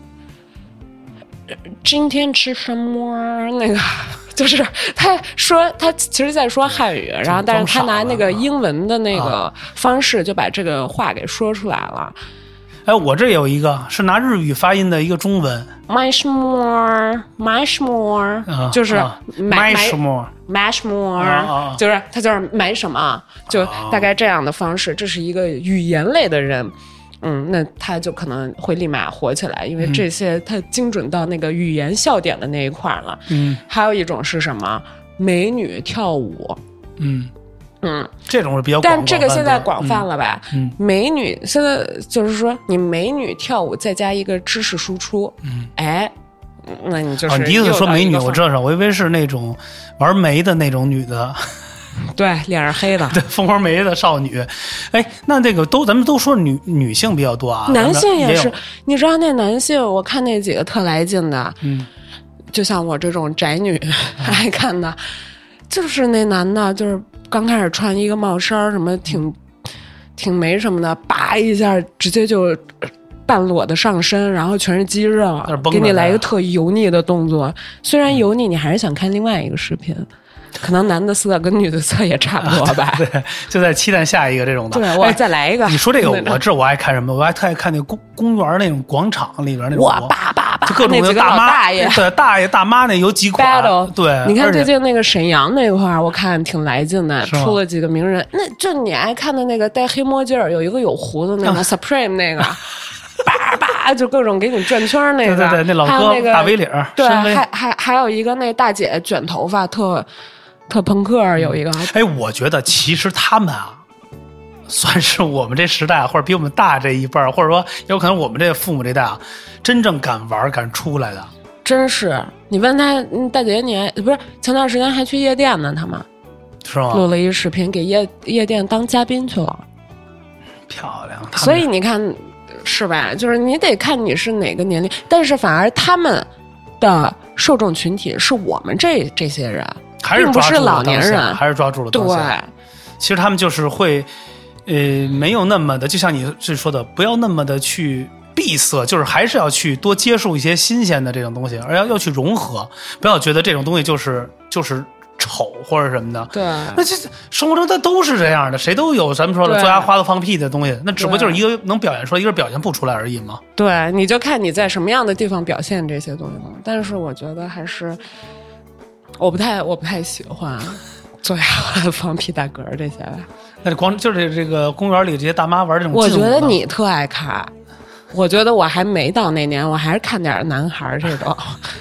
[SPEAKER 2] 今天吃什么？那个就是他说他其实在说汉语，然后但是他拿那个英文的那个方式就把这个话给说出来了。
[SPEAKER 1] 哎，我这有一个是拿日语发音的一个中文
[SPEAKER 2] ，much more，much more，就是
[SPEAKER 1] much more，much
[SPEAKER 2] more，就是他就是买什么，就大概这样的方式。这是一个语言类的人，那他就可能会立马火起来，因为这些他精准到那个语言笑点的那一块了。还有一种是什么？美女跳舞，
[SPEAKER 1] 这种是比较广泛的，
[SPEAKER 2] 但这个现在广泛了吧？美女现在就是说，你美女跳舞再加一个知识输出，那你就是。
[SPEAKER 1] 你意思说美女，我知道，我以为是那种玩眉的那种女的，
[SPEAKER 2] 对，脸是黑的，
[SPEAKER 1] 对，凤凰眉的少女。哎，那这个咱们都说女性比较多啊，
[SPEAKER 2] 男性也是。你知道那男性，我看那几个特来劲的，就像我这种宅女爱看的，就是那男的，就是。刚开始穿一个帽衫什么挺没什么的，叭一下直接就半裸的上身，然后全是肌肉，给你来一个特油腻的动作。虽然油腻，你还是想看另外一个视频，可能男的色跟女的色也差不多吧。
[SPEAKER 1] 对，就在期待下一个这种的。
[SPEAKER 2] 对，我再来一个。
[SPEAKER 1] 你说这个，我爱看什么？我还特爱看那公园那种广场里边那种。
[SPEAKER 2] 哇，叭叭叭，
[SPEAKER 1] 就各种的大妈，对，大爷大妈那有几款。对，
[SPEAKER 2] 你看最近那个沈阳那块儿，我看挺来劲的，出了几个名人。那就你爱看的那个戴黑墨镜儿，有一个有胡子那个 Supreme 那个。叭叭就各种给你转圈那个，
[SPEAKER 1] 对，那老哥那个大 V 领，
[SPEAKER 2] 对，还有一个那大姐卷头发特朋克，有一个。
[SPEAKER 1] 哎，我觉得其实他们啊，算是我们这时代或者比我们大这一辈儿，或者说有可能我们这父母这代啊，真正敢玩敢出来的。
[SPEAKER 2] 真是，你问他，大姐你不是前段时间还去夜店呢？他们
[SPEAKER 1] 是吗？
[SPEAKER 2] 录了一视频给夜店当嘉宾去了，
[SPEAKER 1] 漂亮。
[SPEAKER 2] 所以你看。是吧？就是你得看你是哪个年龄，但是反而他们的受众群体是我们这些人，并不是老年人，
[SPEAKER 1] 还是抓住了当下。对，其实他们就是会，没有那么的，就像你是说的，不要那么的去闭塞，就是还是要去多接受一些新鲜的这种东西，而要去融合，不要觉得这种东西就是丑或者什么的。
[SPEAKER 2] 对，
[SPEAKER 1] 那这生活中它都是这样的，谁都有咱们说的嘬牙花子放屁的东西，那只不过就是一个能表现出来，一个表现不出来而已嘛。
[SPEAKER 2] 对，你就看你在什么样的地方表现这些东西了。但是我觉得还是我不太喜欢嘬牙花子放屁大嗝这些吧。
[SPEAKER 1] 那光就是这个公园里这些大妈玩这种，
[SPEAKER 2] 我觉得你特爱看，我觉得我还没到那年，我还是看点男孩这种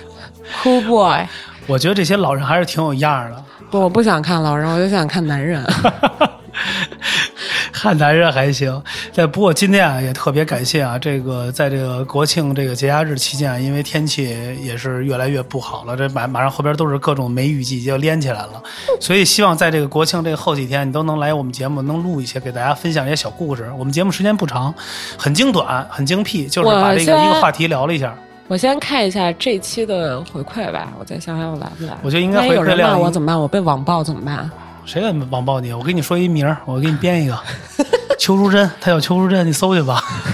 [SPEAKER 2] cool boy。
[SPEAKER 1] 我觉得这些老人还是挺有样的。
[SPEAKER 2] 不，我不想看老人，我就想看男人。
[SPEAKER 1] 看男人还行。不过今天啊，也特别感谢啊，这个在这个国庆这个节假日期间，因为天气也是越来越不好了，这马上后边都是各种梅雨季就连起来了，所以希望在这个国庆这个后几天，你都能来我们节目，能录一些给大家分享一些小故事。我们节目时间不长，很精短，很精辟，就是把这个一个话题聊了一下。
[SPEAKER 2] 我先看一下这期的回馈吧，我再想想我来不来。
[SPEAKER 1] 我觉得应该回馈量。
[SPEAKER 2] 有人骂我怎么办？我被网暴怎么办？
[SPEAKER 1] 谁敢网暴你？我给你说一名，我给你编一个。邱淑贞，他叫邱淑贞，你搜去吧。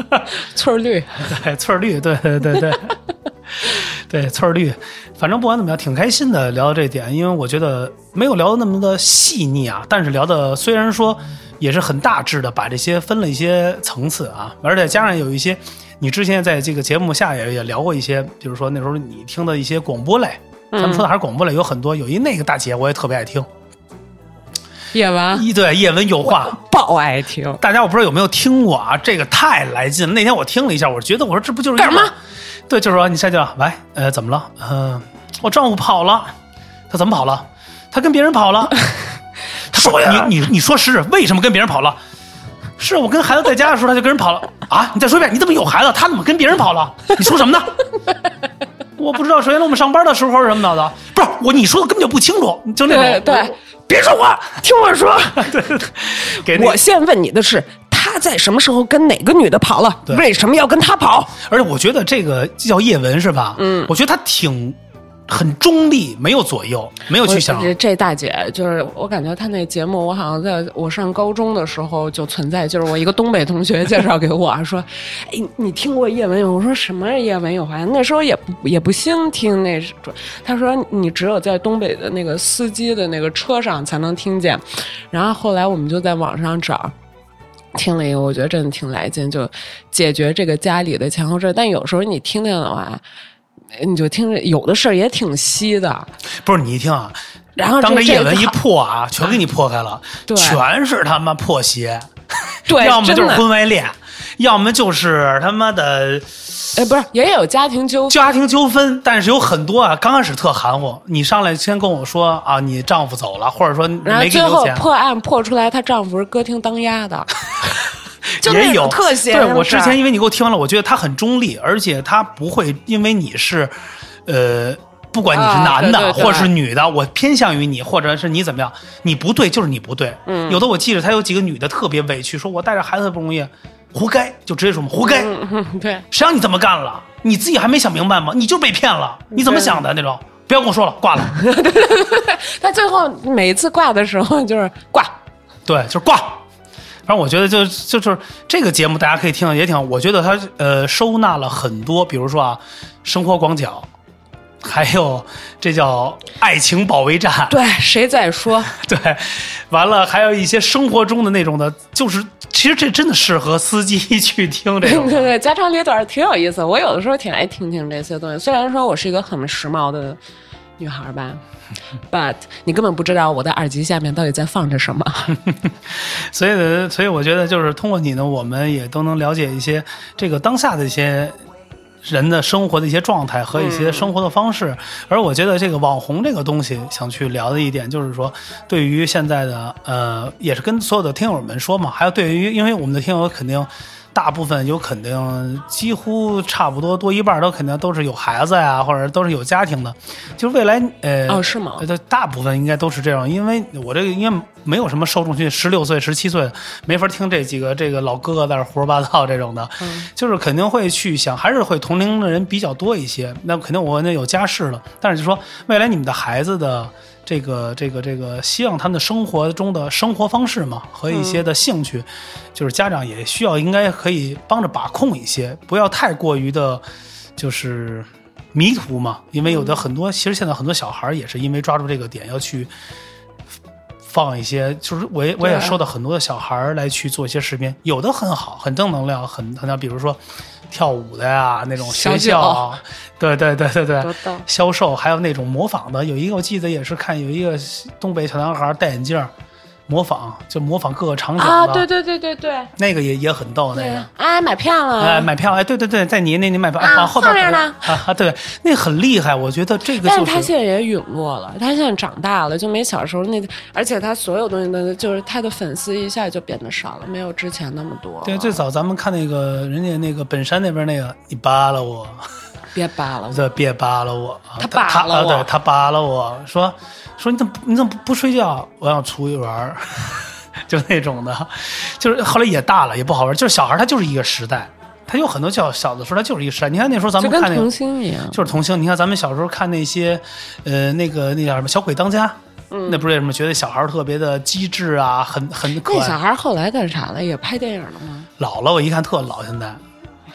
[SPEAKER 2] 翠绿，
[SPEAKER 1] 对，翠绿，对对对对对，翠绿。反正不管怎么样，挺开心的聊到这点，因为我觉得没有聊的那么的细腻啊，但是聊的虽然说也是很大致的，把这些分了一些层次啊，而且加上有一些你之前在这个节目下也聊过一些，比如说那时候你听的一些广播类，咱们说的还是广播类，有很多，有一那个大姐我也特别爱听。
[SPEAKER 2] 叶文，
[SPEAKER 1] 对，叶文有话
[SPEAKER 2] 爆爱听。
[SPEAKER 1] 大家我不知道有没有听过啊？这个太来劲了。那天我听了一下，我觉得我说这不就是
[SPEAKER 2] 干什么？
[SPEAKER 1] 对，就是说你下去了，喂，怎么了？我丈夫跑了。他怎么跑了？他跟别人跑了。他说你说实为什么跟别人跑了？是我跟孩子在家的时候他就跟人跑了啊！你再说一遍，你怎么有孩子？他怎么跟别人跑了？你说什么呢？我不知道，首先我们上班的时候是什么的，不是我你说的根本就不清楚，就那种
[SPEAKER 2] 对，
[SPEAKER 1] 别说话，
[SPEAKER 2] 听我说。
[SPEAKER 1] 对对对，
[SPEAKER 2] 我现问你的是，他在什么时候跟哪个女的跑了？为什么要跟他跑？
[SPEAKER 1] 而且我觉得这个叫叶文是吧？我觉得他很中立，没有左右，没有去想。
[SPEAKER 2] 这大姐就是我感觉她那节目，我好像在我上高中的时候就存在，就是我一个东北同学介绍给我说，哎，你听过叶文有？我说什么叶文有华？那时候也不兴听那，他说你只有在东北的那个司机的那个车上才能听见。然后后来我们就在网上找。听了一个，我觉得真的挺来劲，就解决这个家里的前后事。但有时候你听听的话，你就听着有的事儿也挺稀的。
[SPEAKER 1] 不是你一听啊，
[SPEAKER 2] 然后
[SPEAKER 1] 当这叶文一破啊，全给你破开了，全是他妈破鞋，
[SPEAKER 2] 对，
[SPEAKER 1] 要么就是婚外恋，要么就是他妈的。
[SPEAKER 2] 不是，也有家庭纠纷，
[SPEAKER 1] 但是有很多啊，刚开始特含糊，你上来先跟我说啊，你丈夫走了，或者说没给你钱，
[SPEAKER 2] 然后最后破案破出来，她丈夫是歌厅当鸭的。就
[SPEAKER 1] 也有
[SPEAKER 2] 特写。
[SPEAKER 1] 对，我之前因为你给我听完了，我觉得他很中立，而且他不会因为你是不管你是男的或是女的，我偏向于你，或者是你怎么样，你不对就是你不对。有的我记得他有几个女的特别委屈，说我带着孩子不容易，活该，就直接说嘛，活该。
[SPEAKER 2] 对，
[SPEAKER 1] 谁让你这么干了？你自己还没想明白吗？你就被骗了，你怎么想的那种？不要跟我说了，挂了。
[SPEAKER 2] 他最后每一次挂的时候就是挂，
[SPEAKER 1] 对，就是挂。反正我觉得就是这个节目大家可以听也挺好，我觉得它收纳了很多，比如说啊，生活广角，还有这叫爱情保卫战，
[SPEAKER 2] 对，谁在说？
[SPEAKER 1] 对，完了还有一些生活中的那种的，就是其实这真的适合司机去听这种，
[SPEAKER 2] 对，家长里短挺有意思。我有的时候挺爱听听这些东西，虽然说我是一个很时髦的女孩吧。But 你根本不知道我的耳机下面到底在放着什么。
[SPEAKER 1] 所以我觉得就是通过你呢，我们也都能了解一些这个当下的一些人的生活的一些状态和一些生活的方式。而我觉得这个网红这个东西想去聊的一点就是说，对于现在的也是跟所有的听友们说嘛，还有对于因为我们的听友肯定大部分肯定几乎差不多多一半都肯定都是有孩子呀，或者都是有家庭的，就是未来
[SPEAKER 2] 是吗？
[SPEAKER 1] 大部分应该都是这样，因为我这个应该没有什么受众群，16岁、17岁没法听这几个这个老哥哥在这胡说八道这种的，就是肯定会去想，还是会同龄的人比较多一些。那肯定我那有家室了，但是就说未来你们的孩子的。这个，希望他们的生活中的生活方式嘛，和一些的兴趣，就是家长也需要应该可以帮着把控一些，不要太过于的，就是迷途嘛。因为有的很多，其实现在很多小孩也是因为抓住这个点要去放一些，就是我也收到很多的小孩来去做一些视频，有的很好，很正能量，很比如说。跳舞的呀，那种学校，对，销售，还有那种模仿的，有一个我记得也是看有一个东北小男孩戴眼镜模仿各个场景的
[SPEAKER 2] 啊，对，
[SPEAKER 1] 那个也很逗，那个
[SPEAKER 2] 哎买票了，
[SPEAKER 1] 买票，哎对，在你买票，往后
[SPEAKER 2] 边呢
[SPEAKER 1] 啊，对，那很厉害，我觉得这个。
[SPEAKER 2] 但是他现在也陨落了，他现在长大了，就没小时候那，而且他所有东西的，就是他的粉丝一下就变得少了，没有之前那么多。
[SPEAKER 1] 对，最早咱们看那个人家那个本山那边那个，你扒了我，
[SPEAKER 2] 别扒了我，
[SPEAKER 1] 对，别扒了我，
[SPEAKER 2] 他扒了我，
[SPEAKER 1] 对，他扒了我说你怎么不睡觉？我想出去玩，就那种的，就是后来也大了，也不好玩。就是小孩他就是一个时代，他有很多小的时候他就是一个时代。你看那时候咱们看那个，
[SPEAKER 2] 就跟童星一样，
[SPEAKER 1] 就是童星。你看咱们小时候看那些，那叫什么《小鬼当家》，那不是为什么觉得小孩特别的机智啊，很可爱。
[SPEAKER 2] 那小孩后来干啥了？也拍电影了吗？
[SPEAKER 1] 老了，我一看特老，现在。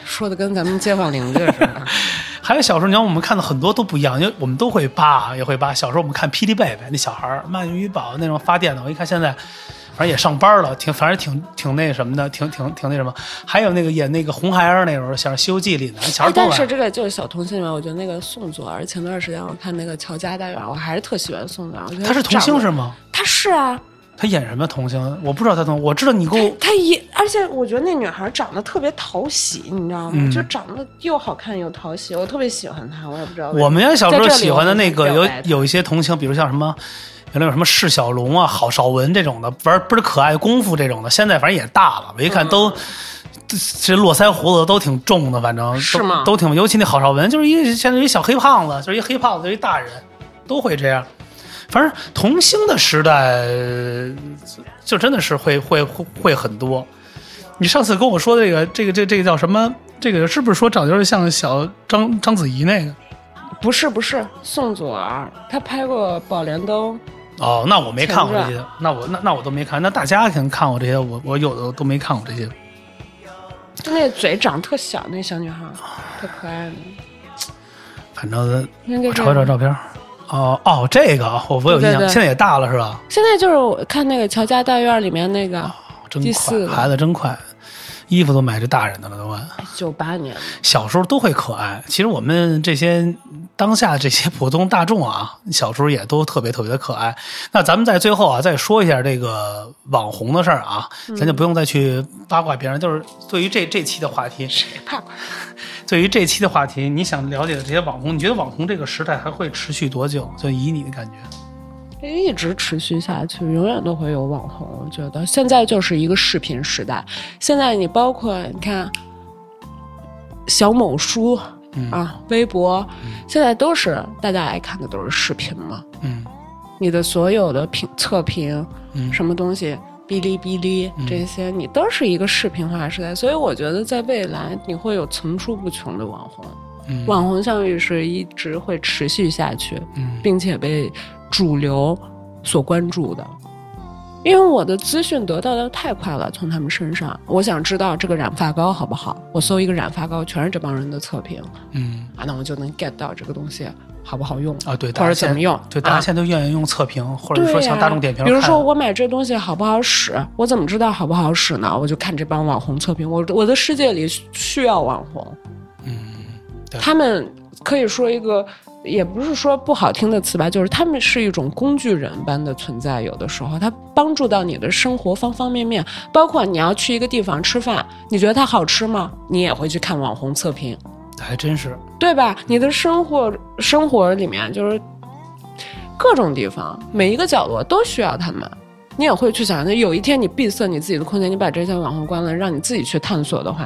[SPEAKER 2] 说的跟咱们街坊邻居似的。
[SPEAKER 1] 还有小时候，你看我们看的很多都不一样，因为我们都会扒，也会扒。小时候我们看霹雳贝贝那小孩儿，鳗鱼堡那种发电的，我一看现在，反正也上班了，反正挺那什么的，挺那什么。还有那个演那个红孩儿那种，像《西游记》里的小孩儿。
[SPEAKER 2] 但是这个就是小童星里面，我觉得那个宋祖儿，前段时间我看那个《乔家大院》，我还是特喜欢宋祖儿。我觉得
[SPEAKER 1] 他是童星是吗？
[SPEAKER 2] 他是啊。
[SPEAKER 1] 他演什么童星？我不知道他我知道你给我。
[SPEAKER 2] 而且我觉得那女孩长得特别讨喜，你知道吗？就长得又好看又讨喜，我特别喜欢她。我也不知道。
[SPEAKER 1] 我们家小时候喜欢的那个有一些童星，比如像什么，原来有什么释小龙啊、郝邵文这种的，玩不是可爱功夫这种的。现在反正也大了，我一看都这络腮胡子都挺重的，反正
[SPEAKER 2] 是吗？
[SPEAKER 1] 都挺，尤其那郝邵文就是现在一小黑胖子，就是一黑胖子，就是一大人，都会这样。反正童星的时代就真的是会很多。你上次跟我说这个叫什么？这个是不是说长得像小章子怡那个？
[SPEAKER 2] 不是宋祖儿，她拍过《宝莲灯》。
[SPEAKER 1] 哦，那我没看过这些，那我都没看。那大家可能看过这些，我有的都没看过这些。
[SPEAKER 2] 就那嘴长特小，那小女孩特可爱的。
[SPEAKER 1] 反正我找找照片。哦，这个我有印象，对，现在也大了是吧？
[SPEAKER 2] 现在就是我看那个《乔家大院》里面那个，
[SPEAKER 1] 真快，孩子真快，衣服都买这大人的了都快。
[SPEAKER 2] 98年，
[SPEAKER 1] 小时候都会可爱。其实我们这些当下这些普通大众啊，小时候也都特别特别的可爱。那咱们在最后啊，再说一下这个网红的事儿啊，咱就不用再去八卦别人。就是对于这期的话题，
[SPEAKER 2] 谁八卦？
[SPEAKER 1] 对于这期的话题，你想了解的这些网红，你觉得网红这个时代还会持续多久？就以你的感觉，
[SPEAKER 2] 一直持续下去，永远都会有网红。我觉得现在就是一个视频时代。现在你包括你看小某书啊、微博，现在都是大家爱看的都是视频嘛。你的所有的测评，什么东西。哔哩哔哩这些，你都是一个视频化时代，所以我觉得在未来你会有层出不穷的网红，网红教育是一直会持续下去，并且被主流所关注的。因为我的资讯得到的太快了，从他们身上，我想知道这个染发膏好不好，我搜一个染发膏，全是这帮人的测评，那我就能 get 到这个东西好不好用
[SPEAKER 1] 啊？对，
[SPEAKER 2] 或者怎么用？
[SPEAKER 1] 对，大家现在都愿意用测评，或者说像大众点评。
[SPEAKER 2] 比如说我买这东西好不好使，我怎么知道好不好使呢？我就看这帮网红测评。我的世界里需要网红，他们可以说一个，也不是说不好听的词吧，就是他们是一种工具人般的存在。有的时候，他帮助到你的生活方方面面，包括你要去一个地方吃饭，你觉得它好吃吗？你也会去看网红测评。
[SPEAKER 1] 还真是，
[SPEAKER 2] 对吧？你的生活里面就是各种地方，每一个角落都需要他们。你也会去想，有一天你闭塞你自己的空间，你把这些网红关了，让你自己去探索的话，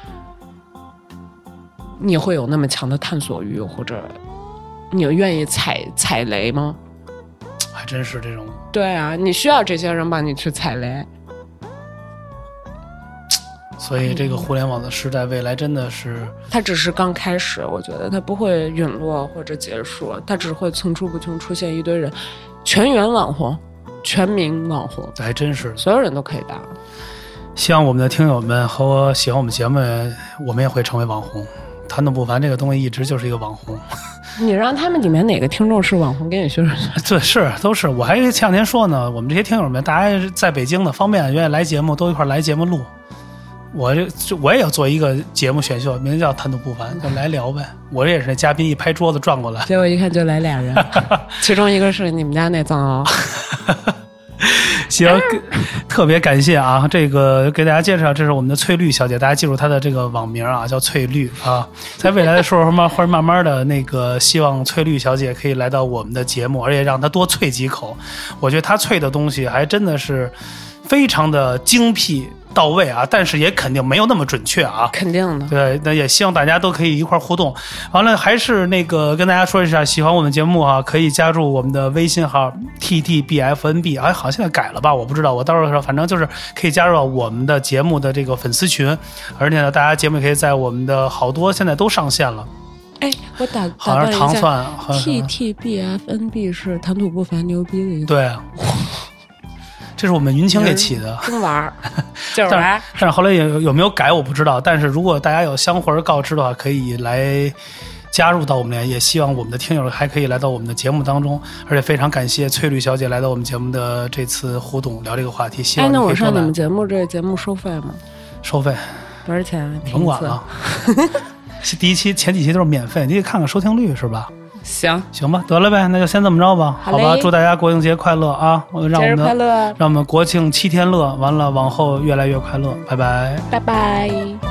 [SPEAKER 2] 你会有那么强的探索欲，或者你愿意踩雷吗？
[SPEAKER 1] 还真是这种。
[SPEAKER 2] 对啊，你需要这些人帮你去踩雷。
[SPEAKER 1] 所以这个互联网的时代未来真的是，
[SPEAKER 2] 它只是刚开始，我觉得它不会陨落或者结束，它只会层出不穷出现一堆人，全员网红，全民网红，
[SPEAKER 1] 还真是
[SPEAKER 2] 所有人都可以打。
[SPEAKER 1] 希望我们的听友们和我喜欢我们节目，我们也会成为网红。谈吐不凡这个东西一直就是一个网红。
[SPEAKER 2] 你让他们里面哪个听众是网红，给你学说。
[SPEAKER 1] 对，是都是。我还前两天说呢，我们这些听友们，大家在北京的方便愿意来节目，都一块来节目录。我也要做一个节目选秀，名字叫谈吐不凡，就来聊呗。我也是那嘉宾一拍桌子转过来，
[SPEAKER 2] 结果一看就来俩人，其中一个是你们家那藏獒。
[SPEAKER 1] 行，特别感谢啊！这个给大家介绍，这是我们的翠绿小姐，大家记住她的这个网名啊，叫翠绿啊。在未来的时候会慢慢的那个，希望翠绿小姐可以来到我们的节目，而且让她多啐几口。我觉得她啐的东西还真的是非常的精辟到位啊，但是也肯定没有那么准确啊，
[SPEAKER 2] 肯定的。
[SPEAKER 1] 对，那也希望大家都可以一块互动。完了，还是那个跟大家说一下，喜欢我们节目啊，可以加入我们的微信号 TTBFNB， 哎，好像现在改了吧？我不知道，我到时候反正就是可以加入我们的节目的这个粉丝群，而且呢，大家节目可以在我们的好多现在都上线了。
[SPEAKER 2] 哎，我打
[SPEAKER 1] 好像是糖蒜
[SPEAKER 2] TTBFNB 是谈吐不凡牛逼的意思。
[SPEAKER 1] 对啊。 这是我们云清给起的，
[SPEAKER 2] 真玩就是玩。
[SPEAKER 1] 但是后来有没有改我不知道。但是如果大家有香魂告知的话，可以来加入到我们，也希望我们的听友还可以来到我们的节目当中。而且非常感谢翠绿小姐来到我们节目的这次互动，聊这个话题。希望
[SPEAKER 2] 那我上你们节目，这个节目收费吗？
[SPEAKER 1] 收费，
[SPEAKER 2] 多少钱？
[SPEAKER 1] 甭管了。前几期都是免费，你得看看收听率是吧？行吧，得了呗，那就先这么着吧。好吧，祝大家国庆节快乐啊！
[SPEAKER 2] 节日快乐，
[SPEAKER 1] 让我们国庆7天乐，完了往后越来越快乐。拜拜，
[SPEAKER 2] 拜拜。